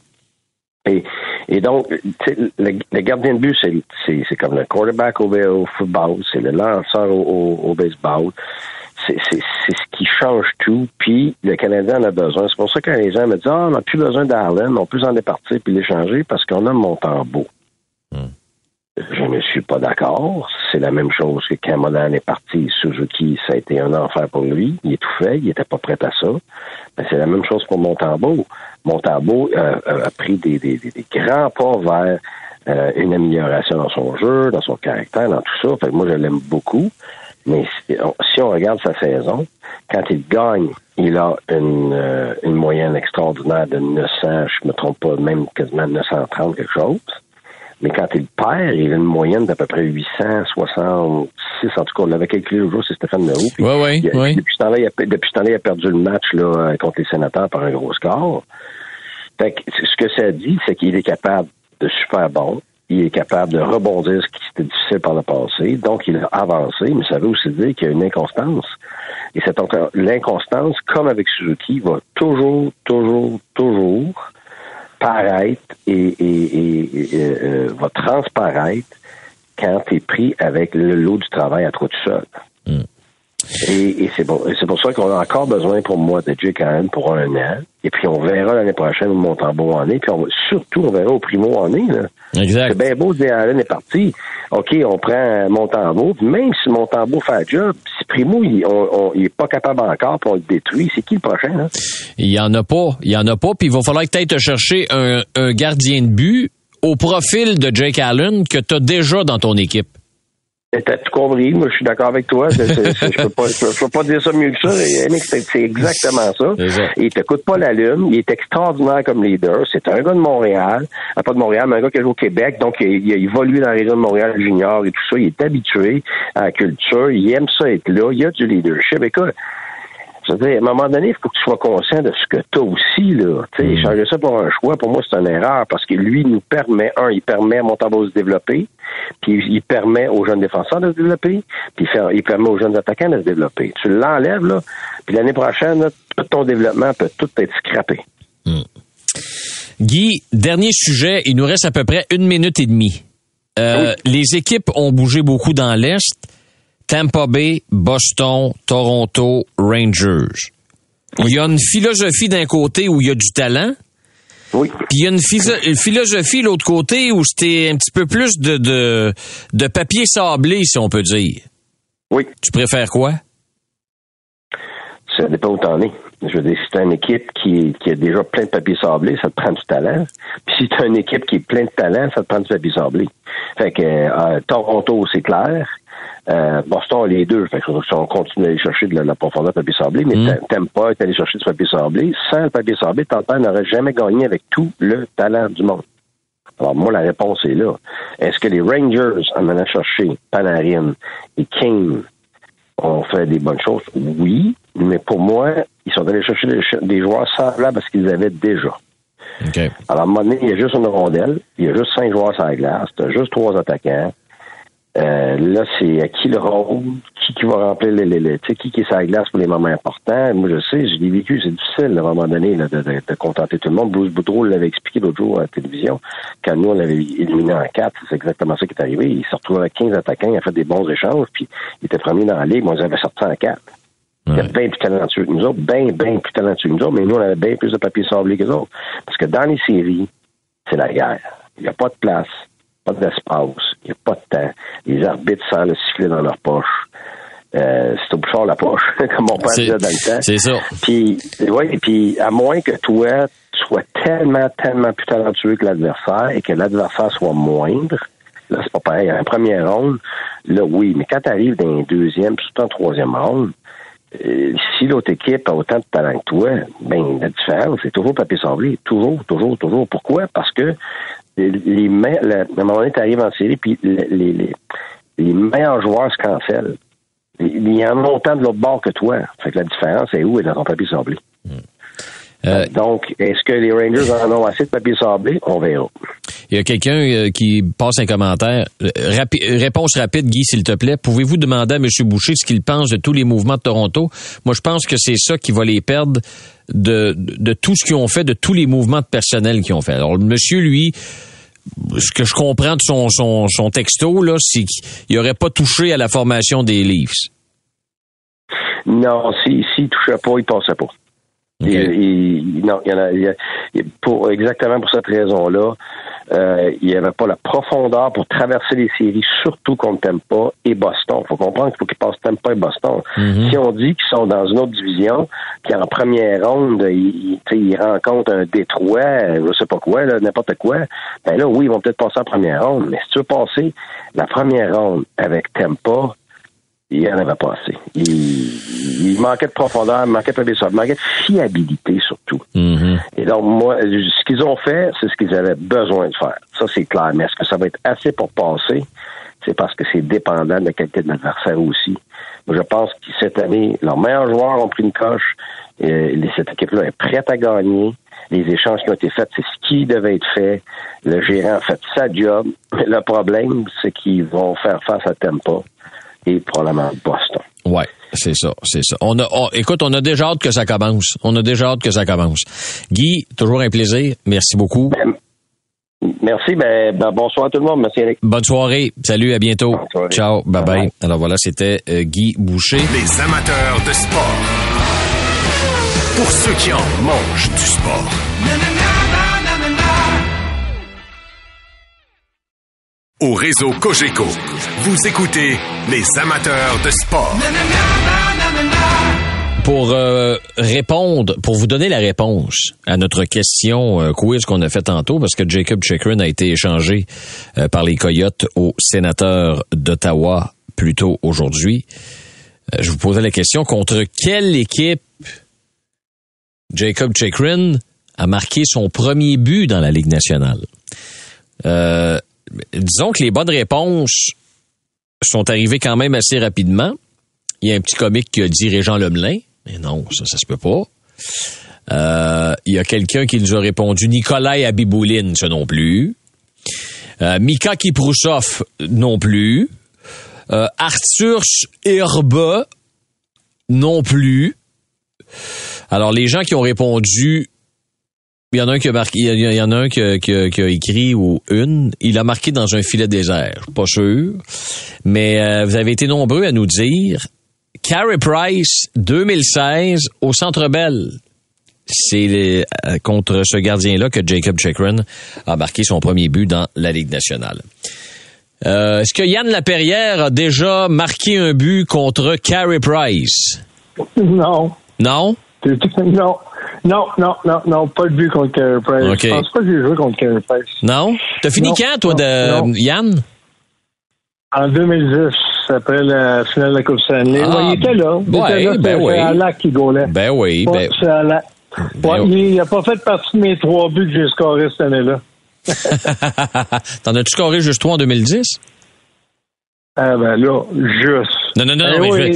Et donc, le gardien de but, c'est comme le quarterback au football, c'est le lanceur au baseball. C'est ce qui change tout. Puis le Canadien en a besoin. C'est pour ça que quand les gens me disent on n'a plus besoin d'Allen, on peut s'en départir puis l'échanger parce qu'on a Montembeault. Je ne suis pas d'accord. C'est la même chose que quand Monahan est parti, Suzuki, ça a été un enfer pour lui. Il étouffait, il était pas prêt à ça. Mais c'est la même chose pour Montembeault. Montembeault a pris des grands pas vers une amélioration dans son jeu, dans son caractère, dans tout ça. Fait que moi, je l'aime beaucoup. Mais si on regarde sa saison, quand il gagne, il a une moyenne extraordinaire de 900, je me trompe pas, même quasiment 930 quelque chose. Mais quand il perd, il a une moyenne d'à peu près 866. En tout cas, on l'avait calculé le jour, c'est Stéphane Leroux. Oui. Depuis ce temps-là, il a perdu le match là contre les Sénateurs par un gros score. Fait que ce que ça dit, c'est qu'il est capable de super bon. Il est capable de rebondir ce qui était difficile par le passé. Donc, il a avancé, mais ça veut aussi dire qu'il y a une inconstance. Et l'inconstance, comme avec Suzuki, va toujours paraître et va transparaître quand tu es pris avec le lot du travail à toi tout seul. Et c'est bon. Et c'est pour ça qu'on a encore besoin, pour moi, de Jake Allen pour 1 an. Et puis, on verra l'année prochaine où Montembeault en est. Puis, on verra au Primo en est. Là. Exact. C'est bien beau de dire Allen est parti. OK, on prend Montembeault. Puis même si Montembeault fait le job, si Primo, il est pas capable encore, puis on le détruit, c'est qui le prochain? Hein? Il y en a pas. Puis, il va falloir que tu ailles te chercher un gardien de but au profil de Jake Allen que tu as déjà dans ton équipe. T'as tout compris. Moi, je suis d'accord avec toi. Je peux pas dire ça mieux que ça. Yannick, c'est exactement ça. Il t'écoute pas la lune. Il est extraordinaire comme leader. C'est un gars de Montréal. Pas de Montréal, mais un gars qui joue au Québec. Donc, il a évolué dans la région de Montréal junior et tout ça. Il est habitué à la culture. Il aime ça être là. Il a du leadership. Écoute, je veux dire, à un moment donné, il faut que tu sois conscient de ce que tu as aussi, là. Tu sais, changer ça pour un choix, pour moi, c'est une erreur parce que lui, il permet à Montembeault de se développer, puis il permet aux jeunes défenseurs de se développer, puis il permet aux jeunes attaquants de se développer. Tu l'enlèves, là, puis l'année prochaine, là, tout ton développement peut tout être scrappé. Guy, dernier sujet, il nous reste à peu près 1 minute et demie. Oui. Les équipes ont bougé beaucoup dans l'Est. Tampa Bay, Boston, Toronto, Rangers. Il y a une philosophie d'un côté où il y a du talent. Oui. Puis il y a une philosophie de l'autre côté où c'était un petit peu plus de papier sablé, si on peut dire. Oui. Tu préfères quoi? Ça dépend où t'en es. Je veux dire, si t'as une équipe qui a déjà plein de papier sablé, ça te prend du talent. Puis si t'as une équipe qui est plein de talent, ça te prend du papier sablé. Fait que Toronto, c'est clair. Boston, les deux. Fait que on continue d'aller chercher de la profondeur de papier sablé, mais t'aimes pas aller chercher du papier sablé. Sans le papier sablé, ton père n'aurait jamais gagné avec tout le talent du monde. Alors, moi, la réponse est là. Est-ce que les Rangers, en allant chercher Panarin et King, ont fait des bonnes choses? Oui, mais pour moi, ils sont allés chercher des joueurs semblables à ce qu'ils avaient déjà. Okay. Alors, à un moment donné, il y a juste une rondelle, il y a juste 5 joueurs sur la glace, t'as juste 3 attaquants. Là, c'est à qui le rôle, qui va remplir tu sais, qui est sur la glace pour les moments importants. Moi, je sais, je l'ai vécu, c'est difficile, à un moment donné, là, de contenter tout le monde. Bruce Boudreau l'avait expliqué l'autre jour à la télévision. Quand nous, on l'avait éliminé en 4, c'est exactement ça qui est arrivé. Il s'est retrouvé avec 15 attaquants, il a fait des bons échanges, puis il était premier dans la ligue, mais on les avait sortis en 4. Il était bien plus talentueux que nous autres, bien plus talentueux que nous autres, mais nous, on avait bien plus de papier sablé que les autres. Parce que dans les séries, c'est la guerre. Il n'y a pas de place. Pas d'espace, il n'y a pas de temps. Les arbitres sentent le sifflet dans leur poche. C'est au plus fort la poche, comme mon père disait dans le temps. C'est ça. Puis, ouais, puis à moins que toi, tu sois tellement plus talentueux que l'adversaire et que l'adversaire soit moindre, là, c'est pas pareil. En première ronde, là, oui, mais quand tu arrives dans une deuxième, puis surtout en troisième ronde, si l'autre équipe a autant de talent que toi, ben la différence, c'est toujours papier sablé. Toujours. Pourquoi? Parce que à un moment donné, tu arrives en série, puis les meilleurs joueurs se cancellent. Il y en a autant de l'autre bord que toi. Fait que la différence est où? Elle est dans ton papier sablé. Donc, est-ce que les Rangers en ont assez de papier sablé? On verra. Il y a quelqu'un qui passe un commentaire. Réponse rapide, Guy, s'il te plaît. Pouvez-vous demander à M. Boucher ce qu'il pense de tous les mouvements de Toronto? Moi, je pense que c'est ça qui va les perdre de tout ce qu'ils ont fait, de tous les mouvements de personnel qu'ils ont fait. Alors, le monsieur, lui, ce que je comprends de son texto, là, c'est qu'il n'aurait pas touché à la formation des Leafs. Non, s'il touchait pas, il passait pas. Okay. Exactement pour cette raison-là, il n'y avait pas la profondeur pour traverser les séries, surtout contre Tampa et Boston. Il faut comprendre qu'il faut qu'ils passent Tampa et Boston. Mm-hmm. Si on dit qu'ils sont dans une autre division, qu'en première ronde, ils rencontrent un Détroit, je sais pas quoi, là, n'importe quoi, ben là, oui, ils vont peut-être passer en première ronde, mais si tu veux passer la première ronde avec Tampa, il n'y en avait pas assez. Il manquait de profondeur, il manquait de fiabilité surtout. Mm-hmm. Et donc, moi, ce qu'ils ont fait, c'est ce qu'ils avaient besoin de faire. Ça, c'est clair. Mais est-ce que ça va être assez pour passer? C'est parce que c'est dépendant de la qualité de l'adversaire aussi. Moi, je pense que cette année, leurs meilleurs joueurs ont pris une coche. Cette équipe-là est prête à gagner. Les échanges qui ont été faits, c'est ce qui devait être fait. Le gérant a fait sa job. Le problème, c'est qu'ils vont faire face à Tampa et probablement Boston. Ouais, c'est ça. Écoute, on a déjà hâte que ça commence. Guy, toujours un plaisir. Merci beaucoup. Merci. Bonsoir à tout le monde. Merci, Eric. Bonne soirée. Salut, à bientôt. Ciao. Bye-bye. Alors voilà, c'était Guy Boucher. Les amateurs de sport. Pour ceux qui en mangent du sport. Au réseau Cogeco, vous écoutez les amateurs de sport. pour répondre, pour vous donner la réponse à notre question quiz qu'on a fait tantôt, parce que Jacob Chychrun a été échangé par les Coyotes aux Sénateurs d'Ottawa plus tôt aujourd'hui. Je vous posais la question, contre quelle équipe Jacob Chychrun a marqué son premier but dans la Ligue nationale? Disons que les bonnes réponses sont arrivées quand même assez rapidement. Il y a un petit comique qui a dit Régent Lemelin. Mais non, ça se peut pas. Il y a quelqu'un qui nous a répondu Nikolai Abibouline, ça non plus. Mika Kiproussov, non plus. Arthur Herbe, non plus. Alors, les gens qui ont répondu, il y en a un qui a marqué, il y en a un qui a écrit ou une, il a marqué dans un filet désert, pas sûr. Mais vous avez été nombreux à nous dire Carey Price, 2016, au Centre Bell. C'est contre ce gardien-là que Jacob Chychrun a marqué son premier but dans la Ligue nationale. Est-ce que Yann Laperrière a déjà marqué un but contre Carey Price? Non. Non? Non, pas de but contre Carey Price. Okay. Je pense pas que j'ai joué contre Carey Price. Non? T'as fini quand, toi, Yann? En 2010, après la finale de la Coupe Stanley. Il était là. C'est Alak qui gaulait. Ben oui. C'est Alak. Il n'a pas fait partie de mes 3 buts que j'ai scorés cette année-là. T'en as-tu scoré juste 3 en 2010? Ah ben là, juste. Non, mais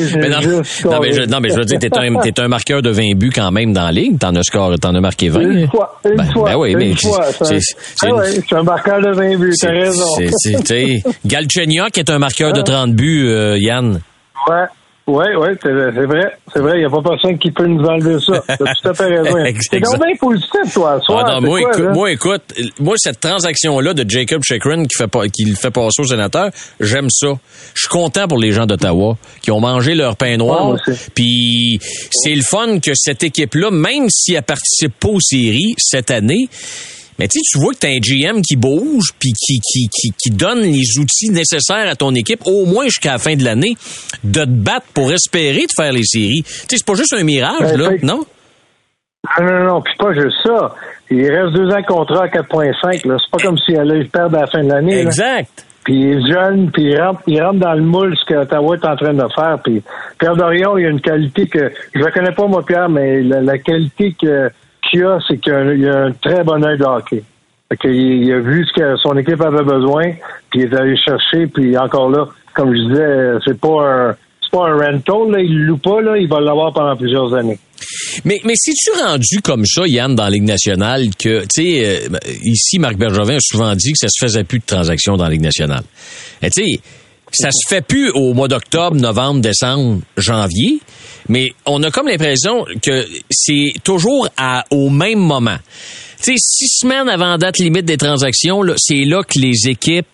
je veux dire, t'es un marqueur de 20 buts quand même dans la ligue. T'en as marqué 20. Une fois. Ben oui, mais c'est un marqueur de 20 buts, t'as raison. Galchenyuk est un marqueur de 30 buts, Yann. Oui, c'est vrai, il n'y a pas personne qui peut nous enlever ça. T'as tout à fait raison. C'est donc bien positif, toi, soir. Écoute, cette transaction-là de Jacob Chychrun qui le fait passer aux Sénateurs, j'aime ça. Je suis content pour les gens d'Ottawa qui ont mangé leur pain noir. Puis c'est le fun que cette équipe-là, même si elle participe pas aux séries cette année, mais tu vois que t'as un GM qui bouge puis qui donne les outils nécessaires à ton équipe, au moins jusqu'à la fin de l'année, de te battre pour espérer de faire les séries. Tu sais, c'est pas juste un mirage, là, non? Non, puis pas juste ça. Il reste 2 ans de contrat à 4,5, là. C'est pas comme s'il allait perdre à la fin de l'année. Exact. Là. Puis il est jeune, puis il rentre dans le moule ce que Ottawa est en train de faire. Puis Pierre Dorion, il a une qualité que je la connais pas, moi, Pierre, mais la qualité qu'il a, c'est qu'il a un très bon œil de hockey. Fait qu'il a vu ce que son équipe avait besoin, puis il est allé chercher, puis encore là, comme je disais, c'est pas un rental, là, il le loue pas, là, il va l'avoir pendant plusieurs années. Mais si-tu rendu comme ça, Yann, dans la Ligue nationale, que, tu sais, ici, Marc Bergevin a souvent dit que ça se faisait plus de transactions dans la Ligue nationale. Tu sais, ça se fait plus au mois d'octobre, novembre, décembre, janvier, mais on a comme l'impression que c'est toujours au même moment. Tu sais, 6 semaines avant date limite des transactions, là, c'est là que les équipes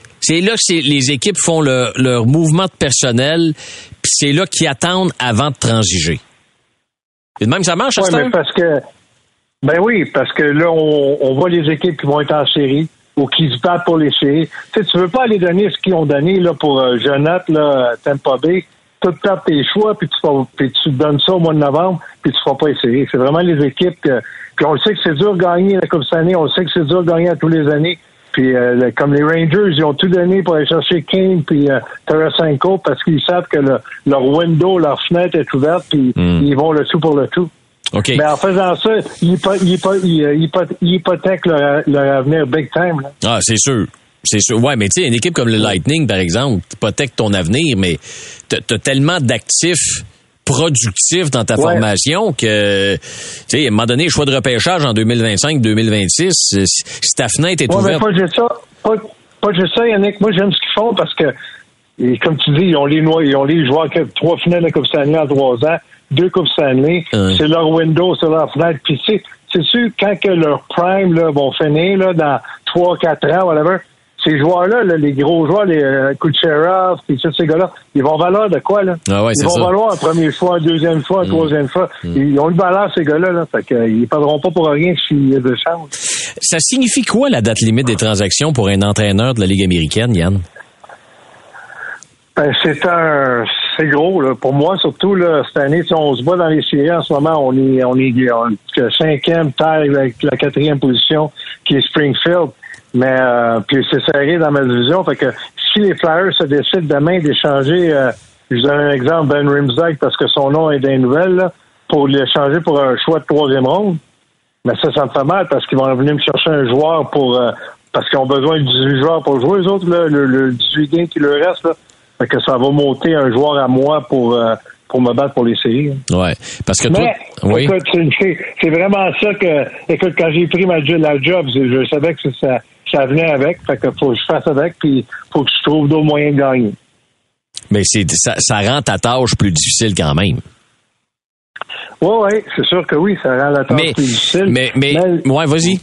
font leur mouvement de personnel, puis c'est là qu'ils attendent avant de transiger. Et de même, ça marche, mais parce que là, on voit les équipes qui vont être en série ou qui se battent pour les séries. Tu veux pas aller donner ce qu'ils ont donné là pour Jonathan, là, Tampa Bay. Tu perds tes choix, puis tu donnes ça au mois de novembre, puis tu feras pas les séries. C'est vraiment les équipes puis on le sait que c'est dur de gagner la Coupe Stanley, on le sait que c'est dur de gagner à tous les années. Puis comme les Rangers, ils ont tout donné pour aller chercher Kane puis Tarasenko parce qu'ils savent que leur window, leur fenêtre est ouverte, puis ils vont le tout pour le tout. Okay. Mais en faisant ça, ils hypothèquent leur avenir big time. Là. Ah, c'est sûr. C'est sûr. Ouais, mais tu sais, une équipe comme le Lightning, par exemple, hypothèque ton avenir, mais t'as tellement d'actifs productifs dans ta formation que, tu sais, à un moment donné, choix de repêchage en 2025-2026, si ta fenêtre est ouverte. Mais pas juste ça, Yannick. Moi, j'aime ce qu'ils font parce que, et comme tu dis, ils ont les joueurs qui ont 3 finales de Coupe Stanley en 3 ans, 2 Coupes Stanley. C'est leur window, c'est leur fenêtre. Puis c'est sûr, quand que leur prime là, vont finir là, dans 3-4 ans, whatever, ces joueurs-là, là, les gros joueurs, les Kucherov, puis tous ces gars-là, ils vont valoir de quoi, là? Ah ouais, ils vont valoir un premier choix, un deuxième choix, un troisième choix. Ils ont une valeur, ces gars-là, là. Fait qu'ils ne perdront pas pour rien s'il y a de chance. Ça signifie quoi, la date limite des transactions pour un entraîneur de la Ligue américaine, Yann? Ben, c'est c'est gros, là. Pour moi, surtout, là, cette année, si on se bat dans les séries en ce moment, on est 5e, terre avec la 4e position, qui est Springfield. Mais, puis c'est serré dans ma division. Fait que si les Flyers se décident demain d'échanger, je donne un exemple, Ben Rimsdijk, parce que son nom est dans les nouvelles, là, pour l'échanger pour un choix de 3e ronde, mais ça me fait mal parce qu'ils vont venir me chercher un joueur parce qu'ils ont besoin de 18 joueurs pour jouer, eux autres, là, le 18 games qui leur reste, là. Fait que ça va monter un joueur à moi pour me battre pour les séries. Ouais, parce que oui. Écoute, c'est vraiment ça que, écoute, quand j'ai pris la job, je savais que ça venait avec, fait que faut que je fasse avec, puis faut que je trouve d'autres moyens de gagner. Mais ça rend ta tâche plus difficile quand même. Oui, c'est sûr que oui, ça rend la tâche plus difficile. Mais ouais, vas-y.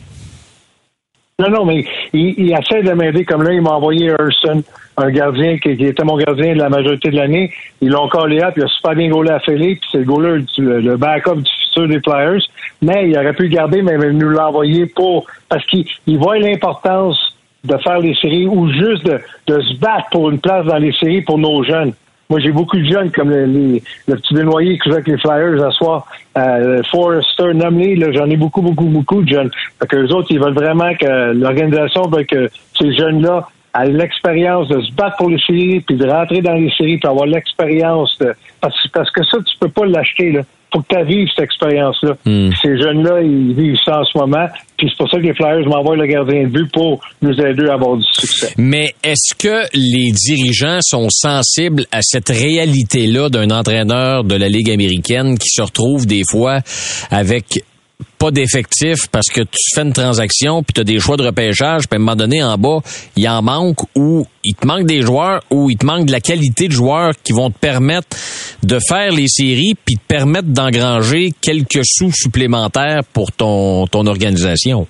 Non, mais il essaie de m'aider. Comme là, il m'a envoyé Urson, un gardien qui était mon gardien de la majorité de l'année. Ils l'ont collé up, il a super bien gaulé à Philly, puis c'est le goaler, le backup du futur des Flyers. Mais il aurait pu le garder, mais il va nous l'envoyer parce qu'il voit l'importance de faire les séries ou juste de se battre pour une place dans les séries pour nos jeunes. Moi, j'ai beaucoup de jeunes comme le petit Desnoyers qui joue avec les Flyers à soir, Forrester, Numley, là, j'en ai beaucoup de jeunes. Fait que les autres, ils veulent vraiment que l'organisation veut que ces jeunes-là aient l'expérience de se battre pour les séries, puis de rentrer dans les séries, puis avoir l'expérience parce que ça, tu peux pas l'acheter, là. Faut que tu vives cette expérience-là. Ces jeunes-là, ils vivent ça en ce moment. Puis c'est pour ça que les Flyers m'envoient le gardien de but pour nous aider à avoir du succès. Mais est-ce que les dirigeants sont sensibles à cette réalité-là d'un entraîneur de la Ligue américaine qui se retrouve des fois avec pas d'effectifs parce que tu fais une transaction puis tu as des choix de repêchage puis à un moment donné en bas, il en manque ou il te manque des joueurs ou il te manque de la qualité de joueurs qui vont te permettre de faire les séries puis te permettre d'engranger quelques sous supplémentaires pour ton organisation?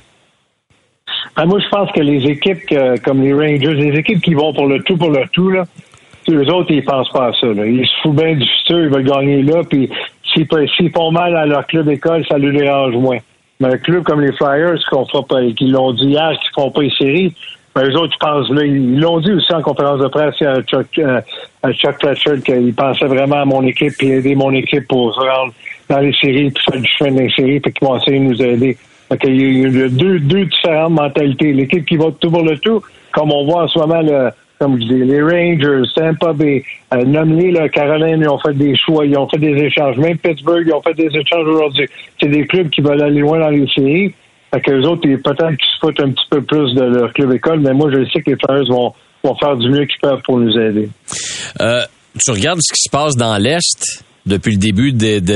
Moi, je pense que les équipes comme les Rangers, les équipes qui vont pour le tout, là, eux autres, ils pensent pas à ça. Là. Ils se foutent bien du futur, ils veulent gagner là, puis s'ils font mal à leur club école, ça les dérange moins. Mais un club comme les Flyers, qui l'ont dit hier, qui font pas les séries, eux autres, je pense, là, ils l'ont dit aussi en conférence de presse à Chuck Fletcher qu'ils pensaient vraiment à mon équipe et aider mon équipe pour se rendre dans les séries puis faire du chemin dans les séries puis qu'ils vont essayer de nous aider. Donc, il y a deux différentes mentalités. L'équipe qui va tout pour le tout, comme on voit en ce moment, comme je dis, les Rangers, Tampa Bay, Numley, Caroline, ils ont fait des choix, ils ont fait des échanges. Même Pittsburgh, ils ont fait des échanges aujourd'hui. C'est des clubs qui veulent aller loin dans les séries. Fait qu'eux autres, peut-être qu'ils se foutent un petit peu plus de leur club école, mais moi, je sais que les Flyers vont faire du mieux qu'ils peuvent pour nous aider. Tu regardes ce qui se passe dans l'Est depuis le début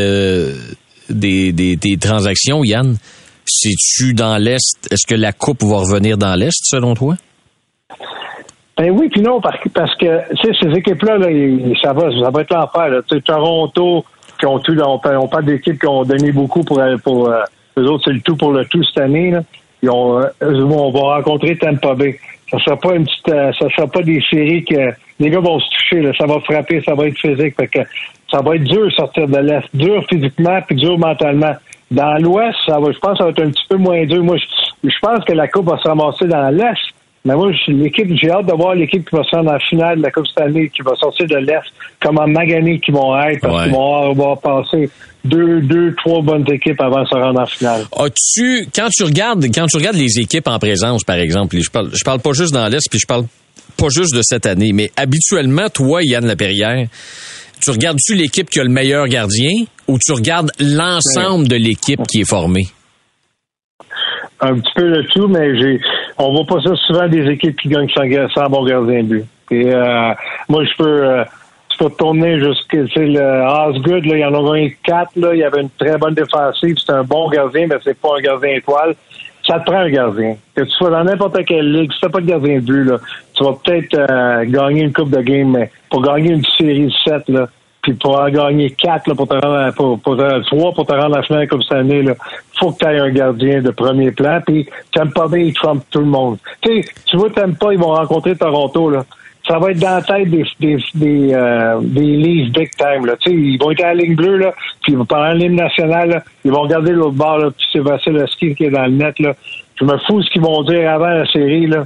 des transactions, Yann. C'est-tu dans l'Est? Est-ce que la Coupe va revenir dans l'Est, selon toi? Ben oui, puis non, parce que ces équipes-là, là, ça va être l'enfer. Là. Toronto, qui ont tout, on parle d'équipes qui ont donné beaucoup pour eux autres, c'est le tout pour le tout cette année. Là. On va rencontrer Tampa Bay. Ça sera pas des séries que les gars vont se toucher. Là. Ça va frapper, ça va être physique. Fait que ça va être dur de sortir de l'Est, dur physiquement puis dur mentalement. Dans l'Ouest, je pense que ça va être un petit peu moins dur. Moi, je pense que la Coupe va se ramasser dans l'Est. Mais moi, j'ai hâte de voir l'équipe qui va se rendre en finale de la Coupe cette année, qui va sortir de l'Est, comment maganés qu'ils vont être, parce qu'ils vont avoir passé 2-3 bonnes équipes avant de se rendre en finale. Quand tu regardes les équipes en présence, par exemple, je parle pas juste dans l'Est, puis je parle pas juste de cette année, mais habituellement, toi, Yann Laperrière, tu regardes-tu l'équipe qui a le meilleur gardien ou tu regardes l'ensemble de l'équipe qui est formée? Un petit peu de tout, mais on voit pas ça souvent des équipes qui gagnent sans bon gardien de but. Et moi, je peux tourner jusqu'à le Osgood, là, il y en a 24, là, il y avait une très bonne défensive, c'est un bon gardien, mais c'est pas un gardien étoile. Ça te prend un gardien. Que tu sois dans n'importe quelle ligue, si t'as pas de gardien de but, là, tu vas peut-être gagner une coupe de game, mais pour gagner une série de 7, là, puis pour en gagner 4 là, pour te rendre 3 pour te rendre à la finale comme cette année, là, faut que tu aies un gardien de premier plan. Puis Tampa Bay, il trompe tout le monde. Tu vois, Tampa, ils vont rencontrer Toronto, là. Ça va être dans la tête des Leafs big time, là. Ils vont être à la ligne bleue, là, puis pendant l'hymne national, là, ils vont regarder l'autre bord, là, puis c'est Vasilevski qui est dans le net, là. Je me fous ce qu'ils vont dire avant la série, là.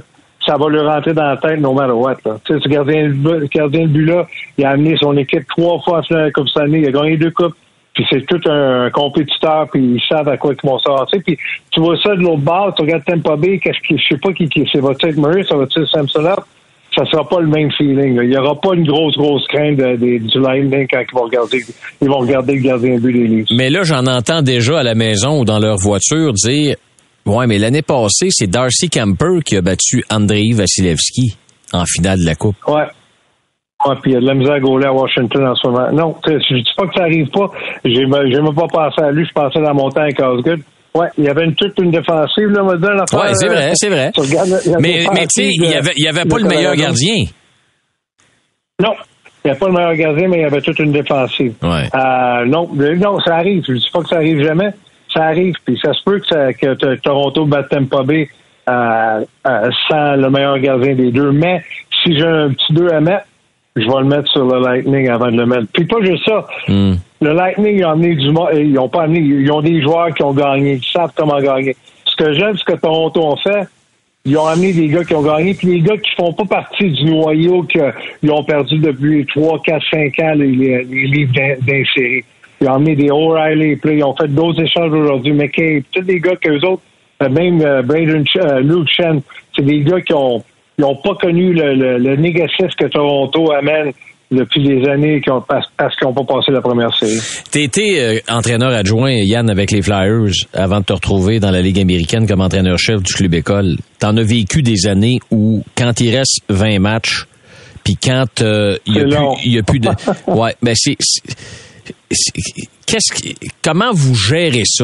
ça va lui rentrer dans la tête no matter what. Là. Tu sais, ce gardien de but-là, il a amené son équipe 3 fois à finir la Coupe Stanley, il a gagné 2 coupes, puis c'est tout un compétiteur, puis ils savent à quoi ils vont sortir. Puis tu vois ça de l'autre bord, tu regardes Tampa Bay, je sais pas qui c'est, va-t-il être Murray, ça va-t-il être Samsonov? Ça sera pas le même feeling. Là. Il y aura pas une grosse crainte du Lightning quand ils vont regarder le gardien de but des Leafs. Mais là, j'en entends déjà à la maison ou dans leur voiture dire ouais, mais l'année passée, c'est Darcy Camper qui a battu Andrei Vasilevski en finale de la Coupe. Ouais. Ouais, puis il y a de la misère à gauler à Washington en ce moment. Non, je dis pas que ça arrive pas. J'ai même pas pensé à lui, je pensais à la montagne avec Osgood. Ouais, il y avait toute une défensive, là, on va dire, l'affaire. Ouais, c'est vrai. Mais tu sais, il y avait pas le meilleur gardien. Non. Il n'y a pas le meilleur gardien, mais il y avait toute une défensive. Ouais. Non, ça arrive. Je dis pas que ça arrive jamais. Ça arrive. Puis ça se peut que Toronto batte Tampa Bay sans le meilleur gardien des deux. Mais si j'ai un petit 2 à mettre, je vais le mettre sur le Lightning avant de le mettre. Puis pas juste ça. Le Lightning, ils ont amené ils ont pas amené, ils ont des joueurs qui ont gagné, qui savent comment gagner. Ce que j'aime, ce que Toronto a fait, ils ont amené des gars qui ont gagné, puis les gars qui font pas partie du noyau qu'ils ont perdu depuis 3, 4, 5 ans, les livres d'insérer. Ils ont amené des O'Reilly, puis ils ont fait d'autres échanges aujourd'hui. McCabe, tous des gars qu'eux autres, même Braden Luke Chen, c'est des gars qui ont pas connu le négatif que Toronto amène depuis des années parce qu'ils n'ont pas passé la première série. Tu été entraîneur adjoint, Yann, avec les Flyers avant de te retrouver dans la Ligue américaine comme entraîneur-chef du club école. T'en as vécu des années où, quand il reste 20 matchs, puis quand il y a plus de... Ouais, ben comment vous gérez ça?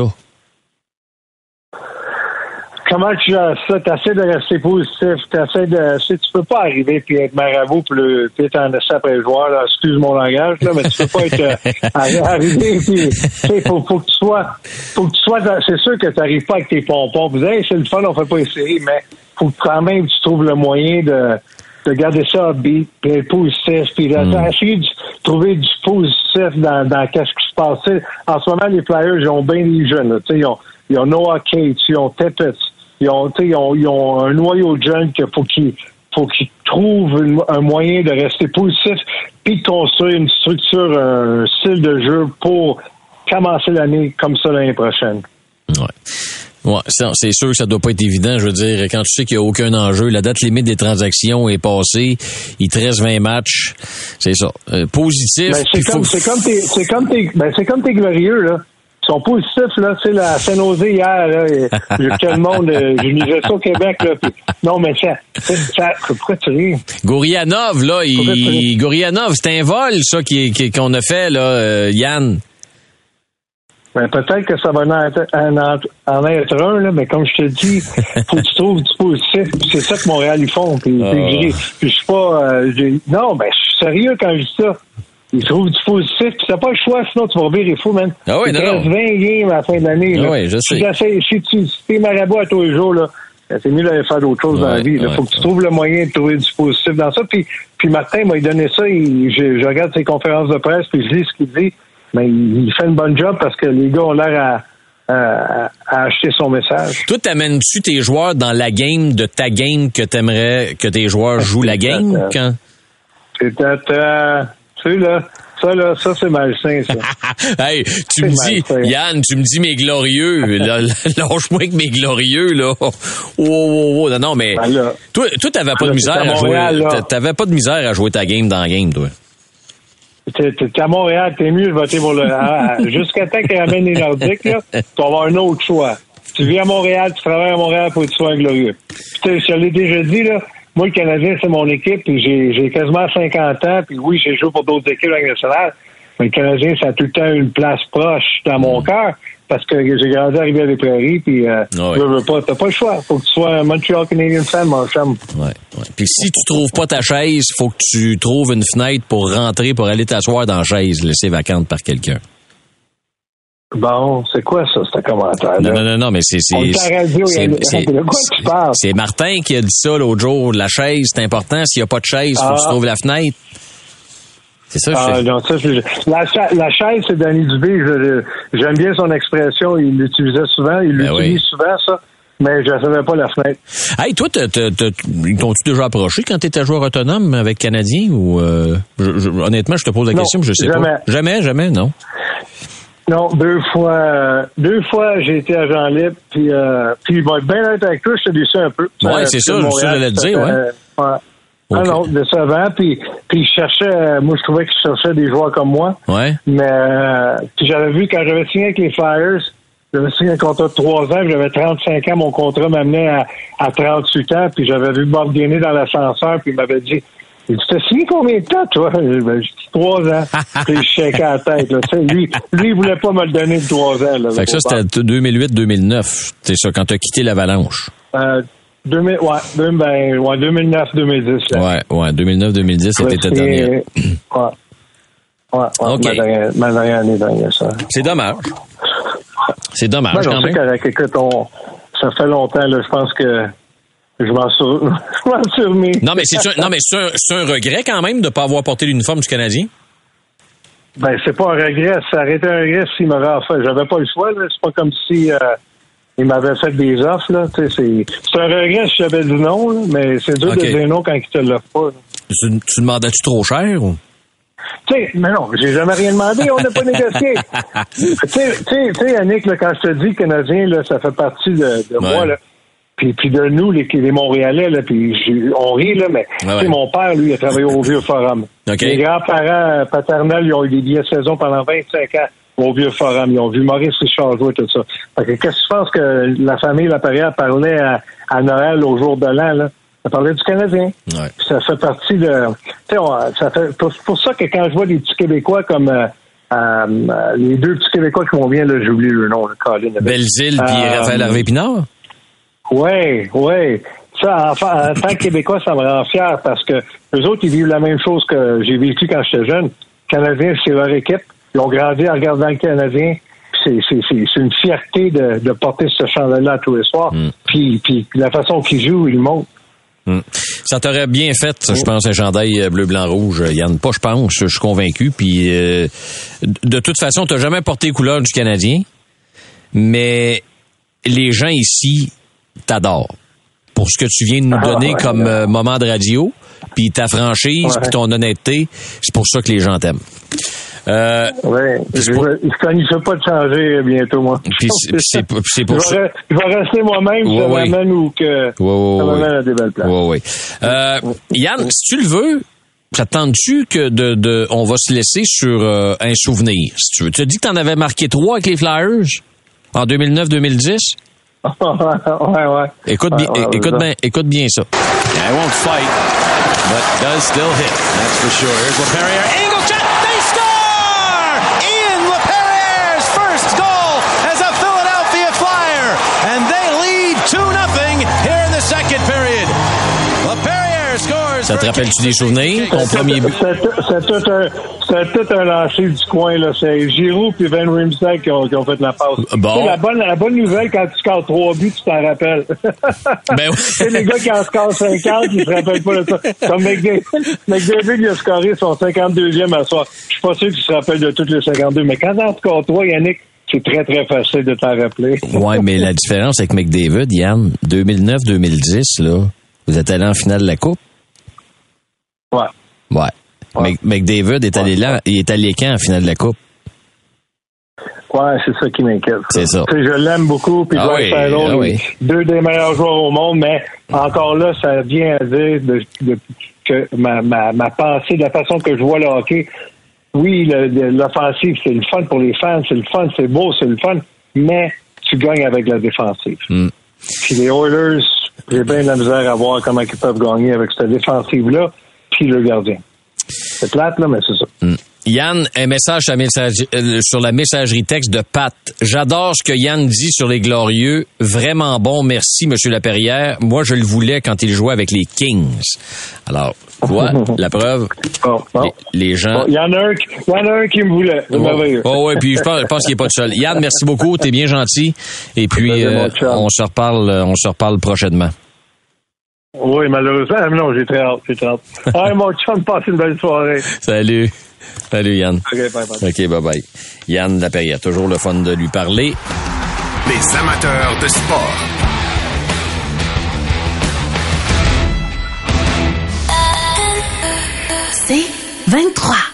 Comment tu gères ça? T'essaies de rester positif, tu peux pas arriver puis être marabout puis être en essai après le joueur, là. Excuse mon langage, là, mais tu peux pas être arrivé puis, tu sais, faut que tu sois, c'est sûr que t'arrives pas avec tes pompons, vous hey, c'est le fun, on fait pas essayer, mais faut que quand même tu trouves le moyen de garder ça upbeat, puis être positif, puis d'essayer de trouver du positif dans qu'est-ce qui se passe. T'sais, en ce moment, les Flyers, ils ont bien des jeunes, là, tu sais, ils ont Noah Cates, ils ont Tippett, ils ont un noyau de jeunes qu'il faut qu'ils trouvent un moyen de rester positif puis de construire une structure, un style de jeu pour commencer l'année comme ça l'année prochaine. Ouais, c'est sûr que ça doit pas être évident. Je veux dire, quand tu sais qu'il n'y a aucun enjeu, la date limite des transactions est passée, il te reste 20 matchs, c'est ça. Positif. Ben, c'est comme tes glorieux, là. Ils sont positifs, là, tu sais, à Saint-Nosé hier, là, tout le monde, je lisais ça au Québec, là, pis, non, mais ça, pourquoi tu ris? Gourianov, là, Gourianov, c'est un vol, ça, qu'on a fait, là, Yann. Ben, peut-être que ça va en être un, là, mais comme je te dis, faut que tu trouves du positif, c'est ça que Montréal, ils font, puis je suis pas, non, ben, je suis sérieux quand je dis ça. Ils trouvent du positif, puis t'as pas le choix, sinon tu vas revirer fou, man. Ah oui, il te reste 20 games à la fin de l'année. Ah oui, je sais. Si t'es marabout à tous les jours, là, c'est mieux d'aller faire d'autres choses dans la vie. Il faut que tu trouves le moyen de trouver du positif dans ça. Puis Martin m'a donné ça, je regarde ses conférences de presse, puis je lis ce qu'il dit. Mais il fait une bonne job parce que les gars ont l'air à acheter son message. Toi, t'amènes-tu tes joueurs dans la game de ta game que t'aimerais que tes joueurs jouent la game? Quand? Ça, c'est malsain, ça. Hey, Yann, tu me dis mes glorieux. Lâche-moi avec mes glorieux, là. Oh, non, mais. Ben là, toi, t'avais pas de misère à jouer. T'avais pas de misère à jouer ta game dans la game, toi. T'es à Montréal, t'es mieux de voter pour le. Jusqu'à temps qu'ils ramènent les Nordiques, là, tu vas avoir un autre choix. Tu vis à Montréal, tu travailles à Montréal pour que tu sois un glorieux. Puis, je l'ai déjà dit, là. Moi, le Canadien, c'est mon équipe, puis j'ai quasiment 50 ans, puis oui, j'ai joué pour d'autres équipes nationales, mais le Canadien, ça a tout le temps une place proche dans mon cœur, parce que j'ai grandi à Rivière-des-Prairies, puis t'as pas le choix. Faut que tu sois un Montreal Canadian fan, mon chum. Ouais. Puis si tu trouves pas ta chaise, faut que tu trouves une fenêtre pour rentrer, pour aller t'asseoir dans la chaise, laissée vacante par quelqu'un. Bon, c'est quoi ça, ce commentaire? Non, mais c'est Martin qui a dit ça l'autre jour. La chaise, c'est important. S'il n'y a pas de chaise, faut que tu trouves la fenêtre. C'est ça, la chaise, c'est Danny Dubé. J'aime bien son expression. Il l'utilisait souvent. Il l'utilise souvent, ça. mais je ne savais pas la fenêtre. Hey, toi, ils t'ont-tu déjà approché quand tu étais joueur autonome avec Canadien ou honnêtement, je te pose la question, mais je sais jamais. pas. Jamais, non. Non, deux fois, j'ai été agent libre, puis bon, bien honnête avec toi, je te dis ça un peu. Ouais, c'est ça, j'allais te dire, ouais. Ouais. Okay. Ah non, décevant, puis je cherchais, moi je trouvais que je cherchais des joueurs comme moi. Ouais. Mais puis j'avais vu quand j'avais signé avec les Flyers, j'avais signé un contrat de 3 ans, j'avais 35 ans, mon contrat m'amenait à 38 ans, puis j'avais vu Bob Gainey dans l'ascenseur, puis il m'avait dit, tu t'as signé combien de temps, toi? J'ai dit 3 ans. Puis je shakais la tête. Là. Lui, il voulait pas me le donner de 3 ans. Là, fait que ça, c'était 2008-2009. C'est ça, quand t'as quitté l'Avalanche. 2009-2010. Ouais, 2009-2010, c'était ta dernière. Ouais, okay. ma dernière année dernière, ça. C'est dommage. C'est dommage, quand même. Correct. Écoute, ça fait longtemps, là, je pense que je m'en suis remis. Non, mais c'est un regret quand même de ne pas avoir porté l'uniforme du Canadien? Ben, c'est pas un regret. Ça aurait été un regret s'il m'aurait offert. J'avais pas le choix, là. C'est pas comme si il m'avait fait des offres, là. Tu sais, c'est un regret si j'avais dit non, là, mais c'est dur de dire non quand il te l'offre pas. Tu demandais-tu trop cher ou? Tu sais, mais non, j'ai jamais rien demandé, on n'a pas négocié. Tu sais, Yannick, là, quand je te dis Canadien, là, ça fait partie de moi, là. Puis de nous, les Montréalais, là, puis on rit, là, mais mon père, lui, il a travaillé au Vieux Forum. Okay. Les grands-parents paternels, ils ont eu des billets de saison pendant 25 ans au Vieux Forum. Ils ont vu Maurice Richard jouer, tout ça. Fait que qu'est-ce que tu penses que la famille Laperrière parlait à Noël au jour de l'an, là? Ça parlait du Canadien. Ouais. Puis ça fait partie de... Tu sais, ça fait... Pour ça que quand je vois des petits Québécois comme... les deux petits Québécois qui m'ont bien, là, j'ai oublié le nom, le Colin. Belzile puis Raphaël Harvey-Pinard? Oui. Ça, en tant que Québécois, ça me rend fier parce que eux autres, ils vivent la même chose que j'ai vécu quand j'étais jeune. Les Canadiens, c'est leur équipe. Ils ont grandi en regardant le Canadien. C'est une fierté de porter ce chandail-là tous les soirs. Puis la façon qu'ils jouent, ils montent. Ça t'aurait bien fait, je pense, un chandail bleu, blanc, rouge, Yann. Pas, je pense, je suis convaincu. Puis de toute façon, t'as jamais porté les couleurs du Canadien, mais les gens ici t'adorent pour ce que tu viens de nous donner comme moment de radio, puis ta franchise, puis ton honnêteté. C'est pour ça que les gens t'aiment. Je ne pas de changer bientôt, moi. Puis c'est pour ça. Je vais rester moi-même, ça m'amène ou que ça m'amène à des belles places. Yann, si tu le veux, ça te tente-tu que on va se laisser sur un souvenir, si tu veux. Tu as dit que tu en avais marqué 3 avec les Flyers en 2009-2010? Ouais. Écoute bien ça. I won't fight, but does still hit. That's for sure. Here's LaPerriere. Angle shot. They score! Ian LaPerriere's first goal as a Philadelphia Flyer, and they lead 2-0 here in the second period. LaPerriere scores. Ça te rappelle-tu des souvenirs? Ton premier but? C'est tout un lancer du coin, là. C'est Giroux puis Van Riemsdyk qui ont fait la passe. Bon. La bonne nouvelle, quand tu scores 3 buts, tu t'en rappelles. Ben oui. C'est les gars qui en scorent 50, ils se rappellent pas de ça. Comme McDavid, il a scoré son 52e à soir. Je suis pas sûr qu'il se rappelle de tous les 52, mais quand t'en scores 3, Yannick, c'est très, très facile de t'en rappeler. Ouais, mais la différence avec McDavid, Yann, 2009-2010, là, vous êtes allé en finale de la Coupe? Ouais. McDavid est allé là, il est allé quand en finale de la Coupe? Ouais, c'est ça qui m'inquiète. C'est ça. Je l'aime beaucoup, puis deux des meilleurs joueurs au monde, mais encore là, ça vient à dire que ma pensée, de la façon que je vois le hockey, oui, l'offensive, c'est le fun pour les fans, c'est le fun, c'est beau, c'est le fun, mais tu gagnes avec la défensive. Puis les Oilers, j'ai bien de la misère à voir comment ils peuvent gagner avec cette défensive-là, puis le gardien. C'est plate, là, mais c'est ça. Yann, un message sur la messagerie texte de Pat. J'adore ce que Yann dit sur les Glorieux. Vraiment bon, merci, Monsieur Laperrière. Moi, je le voulais quand il jouait avec les Kings. Alors, quoi? La preuve? Les gens... Il y en a un qui me voulait. C'est merveilleux. Oui, puis je pense qu'il n'est pas tout seul. Yann, merci beaucoup. T'es bien gentil. Et puis, on se reparle prochainement. Oui, malheureusement. Non, j'ai très hâte. Allez, mon chum, passe une belle soirée. Salut, Yann. OK, bye-bye. Yann Laperrière, toujours le fun de lui parler. Les amateurs de sport. 23.